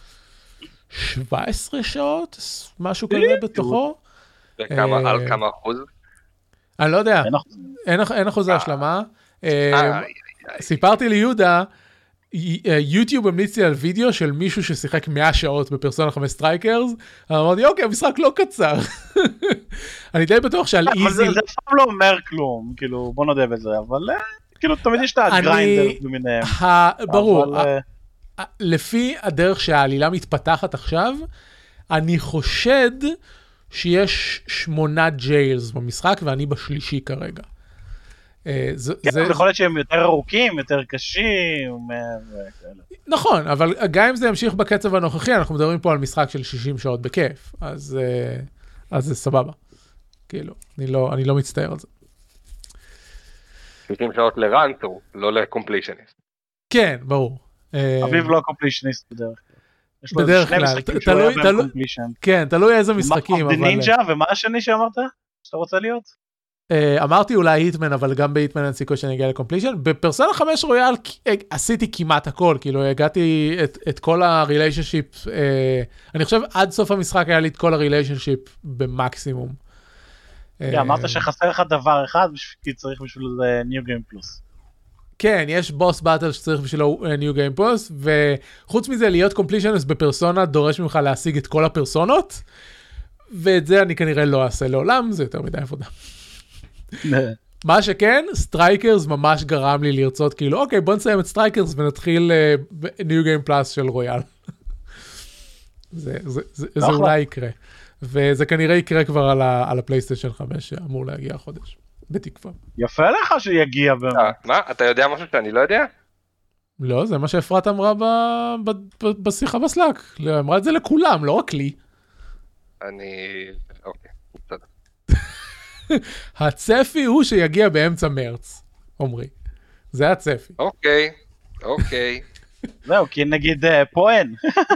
17 שעות, משהו כזה בתוכו. על כמה אחוז? אני לא יודע, אין אחוז ההשלמה. סיפרתי ליהודה, יוטיוב המליץ לי על וידאו של מישהו ששיחק 100 שעות בפרסונה 5 סטרייקרס, אמרתי אוקיי, המשחק לא קצר. אני די בטוח שעל איזי... אבל זה אף פעם לא אומר כלום, כאילו בוא נודה בזה, אבל כאילו תמיד יש את הגריינדר במיניהם. ברור, לפי הדרך שהעלילה מתפתחת עכשיו, אני חושד שיש 8 ג'יילס במשחק, ואני בשלישי כרגע. יכול להיות שהם יותר ארוכים, יותר קשים, נכון, אבל גם אם זה ימשיך בקצב הנוכחי, אנחנו מדברים פה על משחק של 60 שעות בכיף, אז זה סבבה. כאילו, אני לא מצטער על זה. 60 שעות לרנטור, לא לקומפלישניסט. כן, ברור. אביב לא קומפלישניסט בדרך כלל. בדרך כלל, כן, תלוי איזה משחקים. נינג'ה, ומה השני שאמרת? שאתה רוצה להיות? אמרתי אולי היטמן, אבל גם בהיטמן אין סיכוי שאני אגיע לקומפלישן. בפרסונה 5 רויאל עשיתי כמעט הכל, כאילו הגעתי את כל הריליישנשיפ, אני חושב עד סוף המשחק היה לי את כל הריליישנשיפ במקסימום. אמרת שחסר לך דבר אחד, כי צריך בשביל זה ניו גיים פלוס. כן, יש בוס באטל שצריך בשבילו ניו גיים פלוס, וחוץ מזה להיות קומפלישנס בפרסונה דורש ממך להשיג את כל הפרסונות, ואת זה אני כנראה לא אעשה לעולם, זה יותר מדי עבודה. מה שכן, סטרייקרס ממש גרם לי לרצות, כאילו, אוקיי, בוא נסיים את סטרייקרס ונתחיל ניו גיים פלאס של רויאל. זה אולי יקרה. וזה כנראה יקרה כבר על הפלייסטיישן 5 שאמור להגיע החודש. בתקווה. יפה לך שיגיע. מה? אתה יודע משהו שאני לא יודע? לא, זה מה שאפרת אמרה בשיחה בסלאק. אמרה את זה לכולם, לא רק לי. אוקיי, בסדר. הצפי הוא שיגיע באמצע מרץ, אומרי. זה הצפי. אוקיי. זהו, כי נגיד פה אין.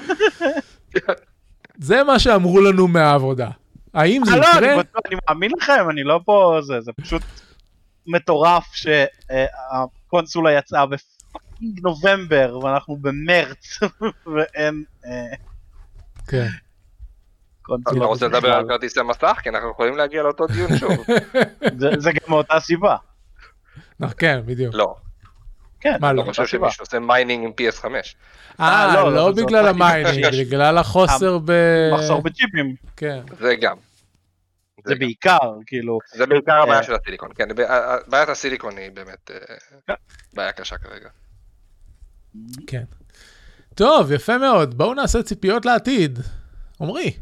זה מה שאמרו לנו מהעבודה. האם זה יקרה? אני מאמין לכם, אני לא פה, זה פשוט מטורף שהקונסולה יצאה בפאקינג נובמבר, ואנחנו במרץ, ואין... כן. אתה רוצה לדבר על כרטיסי מסך? כי אנחנו יכולים להגיע לאותו דיון שוב. זה גם מאותה סיבה. כן, בדיוק. לא. כן, אני חושב שמישהו עושה מיינינג עם PS5. לא בגלל המיינינג, בגלל החוסר מחסור בצ'יפים. כן. זה גם. זה בעיקר, כאילו... זה בעיקר הבעיה של הסיליקון, כן. בעיית הסיליקון היא באמת בעיה קשה כרגע. כן. טוב, יפה מאוד. בואו נעשה ציפיות לעתיד. עומרי.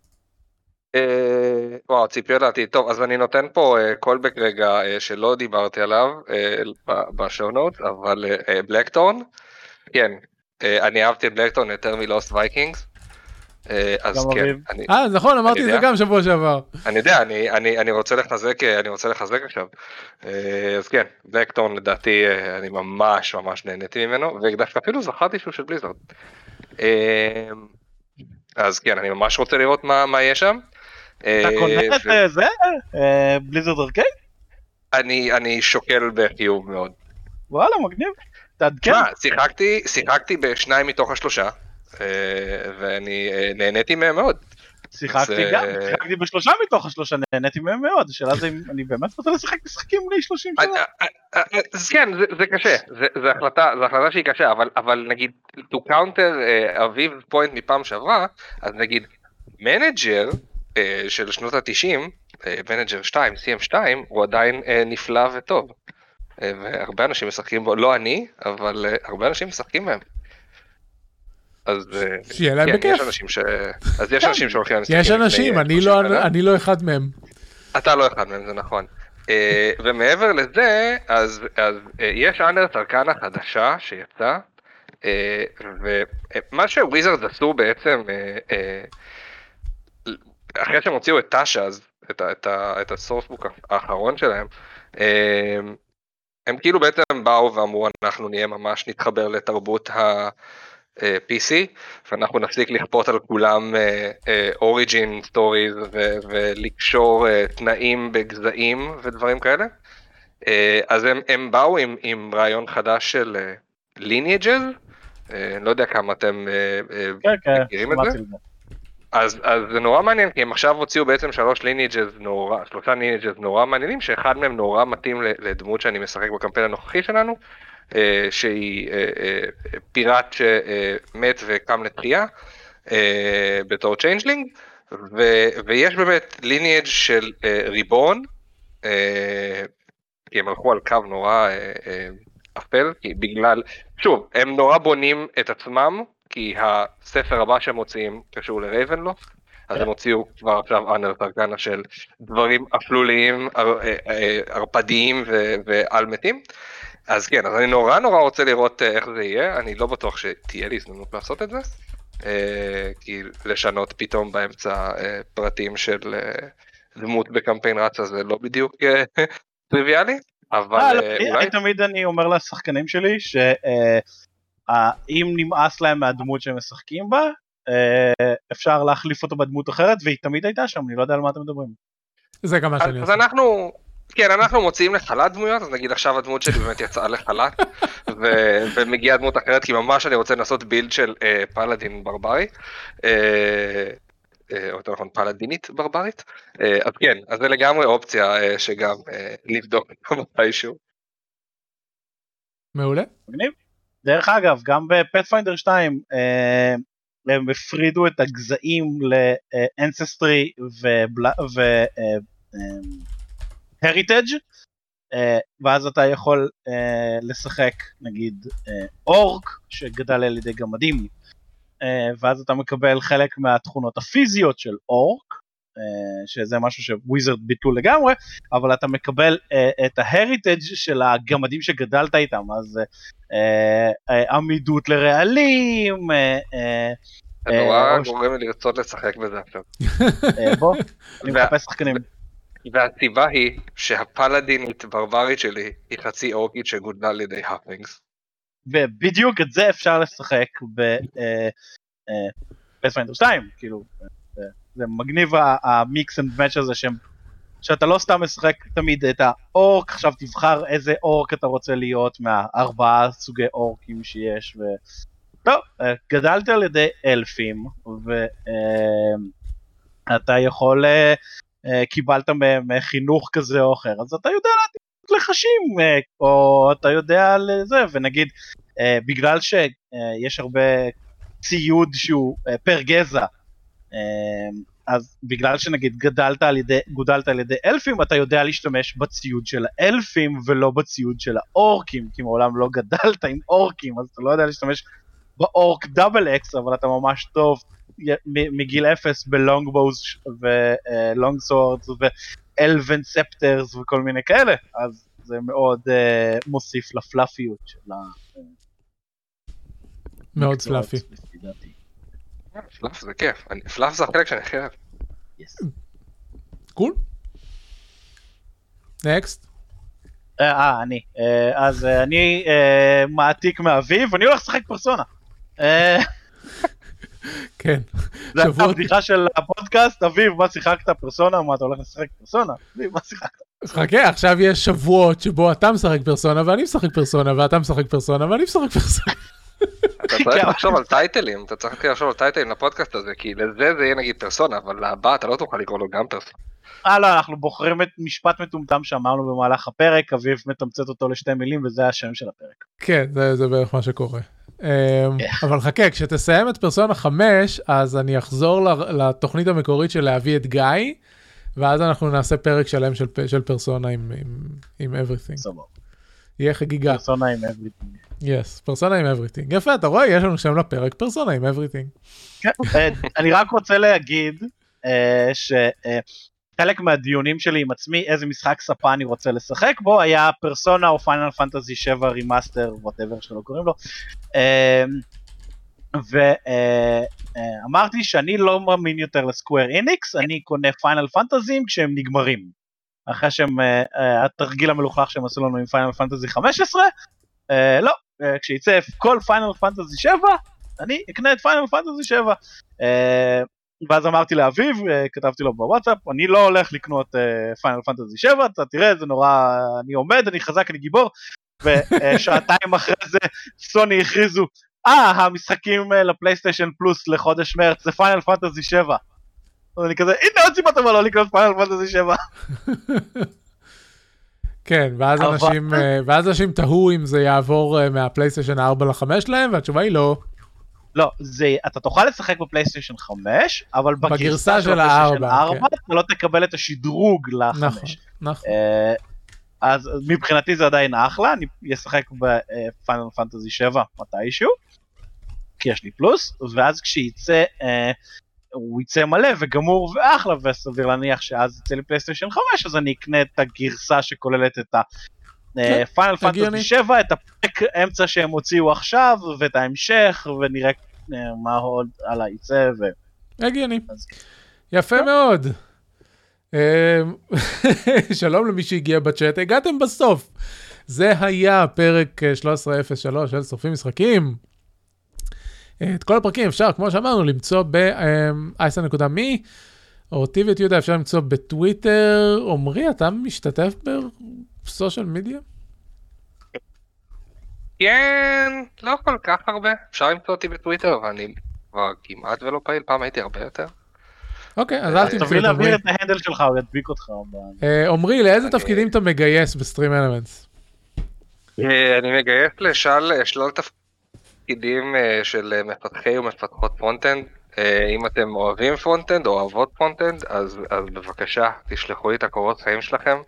וואו, ציפיות לעתיד. טוב, אז אני נותן פה קולבק רגע שלא דיברתי עליו בשואו נוטס, אבל בלקטורן, כן, אני אהבתי את בלקטורן יותר מלוסט וייקינגס, אז כן. נכון, אמרתי את זה גם שבוע שעבר. אני יודע, אני רוצה לחזק עכשיו. אז כן, בלקטורן לדעתי אני ממש נהניתי ממנו, ודווקא אפילו זכרתי שהוא של בליזרד. אז כן, אני ממש רוצה לראות מה יש שם. אתה קונה את זה? בליזרד ארקייד? אני שוקל בחיוב מאוד. וואלה, מגניב. שיחקתי בשניים מתוך השלושה, ואני נהניתי מהם מאוד. שיחקתי בשלושה מתוך השלושה, נהניתי מהם מאוד. השאלה זה אם אני באמת רוצה לשחק משחקים בלי 30 שנה. אז כן, זה קשה, זה החלטה שהיא קשה, אבל נגיד, to counter אביב פוינט מפעם שעברה, אז נגיד, מנג'ר של שנות ה-90, מנג'ר 2, CM2, הוא עדיין נפלא וטוב. והרבה אנשים משחקים בו, לא אני, אבל הרבה אנשים משחקים בהם. אז שיהיה להם בכיף. אז יש אנשים שהולכים למשחקים. יש אנשים, אני לא אחד מהם. אתה לא אחד מהם, זה נכון. ומעבר לזה, אז יש אנדרס ארקנה חדשה שיצא, ומה שוויזרד עשו בעצם, אחרי שהם הוציאו את טאשאז, את הסורסבוק האחרון שלהם, הם כאילו בעצם באו ואמרו, אנחנו נהיה ממש נתחבר לתרבות ה-PC, ואנחנו נפסיק לכפות על כולם אוריג'ין סטוריז ולקשור תנאים בגזעים ודברים כאלה. אז הם באו עם רעיון חדש של ליניאג'ז, אני לא יודע כמה אתם מכירים את זה. אז זה נורא מעניין, כי הם עכשיו הוציאו בעצם שלושה ליניאג'ז נורא מעניינים, שאחד מהם נורא מתאים לדמות שאני משחק בקמפיין הנוכחי שלנו, שהיא פיראט שמת וקם לתחייה בתור צ'יינג'לינג, ויש באמת ליניאג' של ריבון, כי הם הלכו על קו נורא אפל, כי בגלל, שוב, הם נורא בונים את עצמם, כי הספר הבא שהם מוציאים קשור לרייבנלופט, אז הם הוציאו כבר עכשיו אנרס ארגנה של דברים אפלוליים, ערפדיים ועל מתים. אז כן, אז אני נורא רוצה לראות איך זה יהיה, אני לא בטוח שתהיה לי הזדמנות לעשות את זה, כי לשנות פתאום באמצע פרטים של דמות בקמפיין רצה זה לא בדיוק טריוויאלי, אבל אולי... תמיד אני אומר לשחקנים שלי שאם נמאס להם מהדמות שהם משחקים בה, אפשר להחליף אותו בדמות אחרת, והיא תמיד הייתה שם, אני לא יודע על מה אתם מדברים. זה גם מה שאני עושה. אז אנחנו... כן, אנחנו מוציאים לחל"ת דמויות, אז נגיד עכשיו הדמות שלי באמת יצאה לחל"ת, ומגיעה דמות אחרת, כי ממש אני רוצה לנסות בילד של פלאדין ברברי, או יותר נכון פלאדינית ברברית, אז כן, אז זה לגמרי אופציה שגם לבדוק מתישהו. מעולה. מגניב. דרך אגב, גם בפאת'פיינדר 2, הם הפרידו את הגזעים לאנססטרי heritage, ואז אתה יכול לשחק נגיד אורק שגדל על ידי גמדים, ואז אתה מקבל חלק מהתכונות הפיזיות של אורק, שזה משהו שוויזרד ביטלו לגמרי, אבל אתה מקבל את ההריטג' של הגמדים שגדלת איתם, אז עמידות לרעלים, אתה נורא גורם לי לרצות לשחק בזה עכשיו. בוא, אני מחפש שחקנים. והסיבה היא שהפלאדינית ברברית שלי היא חצי אורקית שגודלה על ידי הפינגס. ובדיוק את זה אפשר לשחק בפאת'פיינדר 2, כאילו, זה מגניב המיקס אנד מאץ' הזה שאתה לא סתם משחק תמיד את האורק, עכשיו תבחר איזה אורק אתה רוצה להיות מהארבעה סוגי אורקים שיש, טוב, גדלת על ידי אלפים, ואתה יכול... קיבלת מחינוך כזה או אחר, אז אתה יודע להתאים לחשים, או אתה יודע לזה, ונגיד, בגלל שיש הרבה ציוד שהוא פר גזע, אז בגלל שנגיד גודלת על ידי אלפים, אתה יודע להשתמש בציוד של האלפים, ולא בציוד של האורקים, כי מעולם לא גדלת עם אורקים, אז אתה לא יודע להשתמש באורק דאבל אקס, אבל אתה ממש טוב, מגיל אפס בלונגבוז ולונג סורדס ואלבן ספטרס וכל מיני כאלה, אז זה מאוד מוסיף לפלאפיות של מאוד פלאפי. פלאפ זה כיף, פלאפ זה החלק שאני חייב. קול. נקסט. אני. אז אני מעתיק מאביב, אני הולך לשחק פרסונה. כן. זה הבדיחה של הפודקאסט, אביב, מה שיחקת פרסונה? מה אתה הולך לשחק פרסונה? אביב, מה שיחקת? חכה, עכשיו יש שבועות שבו אתה משחק פרסונה ואני משחק פרסונה, ואתה משחק פרסונה ואני משחק פרסונה. אתה צריך לחשוב על טייטלים, אתה צריך לחשוב על טייטלים לפודקאסט הזה, כי לזה זה יהיה נגיד פרסונה, אבל לבא אתה לא תוכל לקרוא לו גם פרסונה. לא, אנחנו בוחרים את משפט מטומטם שאמרנו במהלך הפרק, אביב מתמצת אותו לשתי מילים, וזה השם של הפרק. כן, זה בערך מה שקורה. אבל חכה, כשתסיים את פרסונה 5, אז אני אחזור לתוכנית המקורית של להביא את גיא, ואז אנחנו נעשה פרק שלם של פרסונה עם everything. סבבה. יהיה חגיגה. פרסונה עם everything. Yes, פרסונה עם everything. יפה, אתה רואה, יש לנו שם לפרק, פרסונה עם everything. אני רק רוצה להגיד שחלק מהדיונים שלי עם עצמי, איזה משחק ספה אני רוצה לשחק בו, היה פרסונה או פיינל פנטזי 7 רימאסטר, whatever שלא קוראים לו, ואמרתי שאני לא מאמין יותר לסקוואר איניקס, אני קונה פיינל פנטזים כשהם נגמרים, אחרי שהם, התרגיל המלוכלך שהם עשו לנו עם פיינל פנטזי 15, לא, כשיצא כל פיינל פנטזי 7, אני אקנה את פיינל פנטזי 7, ואז אמרתי לאביב, כתבתי לו בוואטסאפ, אני לא הולך לקנות פיינל פנטזי 7, אתה תראה, זה נורא, אני עומד, אני חזק, אני גיבור, ושעתיים אחרי זה סוני הכריזו, המשחקים לפלייסטיישן פלוס לחודש מרץ, זה פיינל פנטזי 7. אז אני כזה, הנה עוד סיבה טובה לא לקנות פיינל פנטזי 7. כן, ואז אנשים תהו אם זה יעבור מהפלייסטיישן 4 ל-5 להם, והתשובה היא לא. לא, אתה תוכל לשחק בפלייסטיישן 5, אבל בגרסה של הפלייסטיישן 4 אתה לא תקבל את השדרוג ל-5. נכון. אז מבחינתי זה עדיין אחלה, אני אשחק בפיינל פנטזי 7 מתישהו, כי יש לי פלוס, ואז כשיצא, הוא יצא מלא וגמור ואחלה, וסביר להניח שאז יצא לי פלייסטיישן 5, אז אני אקנה את הגרסה שכוללת את פיינל פנטזי 7, את הפרק אמצע שהם הוציאו עכשיו, ואת ההמשך, ונראה מה עוד הלאה יצא. הגיוני. יפה מאוד. שלום למי שהגיע בצ'אט, הגעתם בסוף. זה היה פרק 1303 של שורפים משחקים. את כל הפרקים אפשר, כמו שאמרנו, למצוא ב-isn.me, או אותי ואת יהודה אפשר למצוא בטוויטר. עומרי, אתה משתתף בסושיאל מדיה? כן, לא כל כך הרבה. אפשר למצוא אותי בטוויטר, אבל אני כבר כמעט ולא פעיל, פעם הייתי הרבה יותר. אוקיי, אז אל תמצאו תביא את עומרי. להעביר את ההנדל שלך, הוא ידביק אותך. עומרי, לאיזה תפקידים אתה מגייס בסטרים אלמנטס? אני מגייס לשלל תפקידים של מפתחי ומפתחות פרונטנד. אם אתם אוהבים פרונטנד או אוהבות פרונטנד, אז בבקשה תשלחו לי את הקורות חיים שלכם.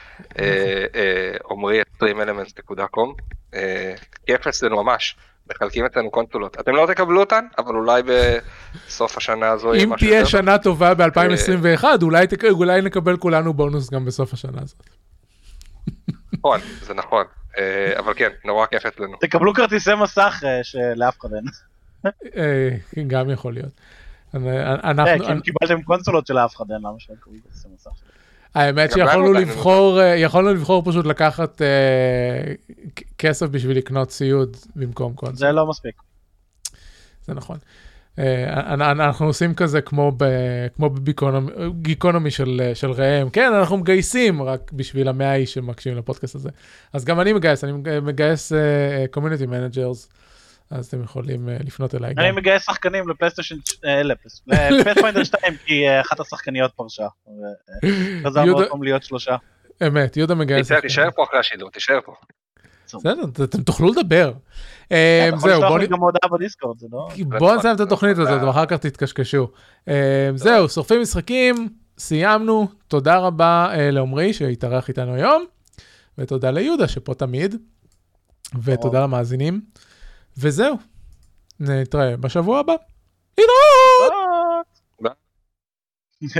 עומרי את streamelements.com. כיף אצלנו ממש, מחלקים אצלנו קונסולות. אתם לא תקבלו אותן, אבל אולי בסוף השנה הזו... אם תהיה שנה טובה ב-2021, אולי נקבל כולנו בונוס גם בסוף השנה הזאת. נכון, זה נכון. אבל כן, נורא כיף אצלנו. תקבלו כרטיסי מסך שלאף אחד אין. גם יכול להיות. כי אם קיבלתם קונסולות של אף אחד אין, למה שיקבלו כרטיסי מסך? האמת שיכולנו לבחור פשוט לקחת כסף בשביל לקנות ציוד במקום קונסול. זה לא מספיק. זה נכון. אנחנו עושים כזה כמו בגיקונומי של ראם. כן, אנחנו מגייסים רק בשביל 100 איש שמקשיבים לפודקאסט הזה. אז גם אני מגייס community managers, אז אתם יכולים לפנות אליי. אני מגייס שחקנים לפלייסטיישן, לפאת'פיינדר 2, כי אחת השחקניות פרשה. חזר במקום להיות 3. אמת, יהודה מגייס. תישאר פה אחרי השידור, תישאר פה. בסדר, אתם תוכלו לדבר. זהו, בואו נסיים את התוכנית הזאת, ואחר כך תתקשקשו. זהו, שורפים משחקים, סיימנו. תודה רבה לעומרי שהתארח איתנו היום, ותודה ליהודה שפה תמיד, ותודה למאזינים. וזהו, נתראה בשבוע הבא. הנה!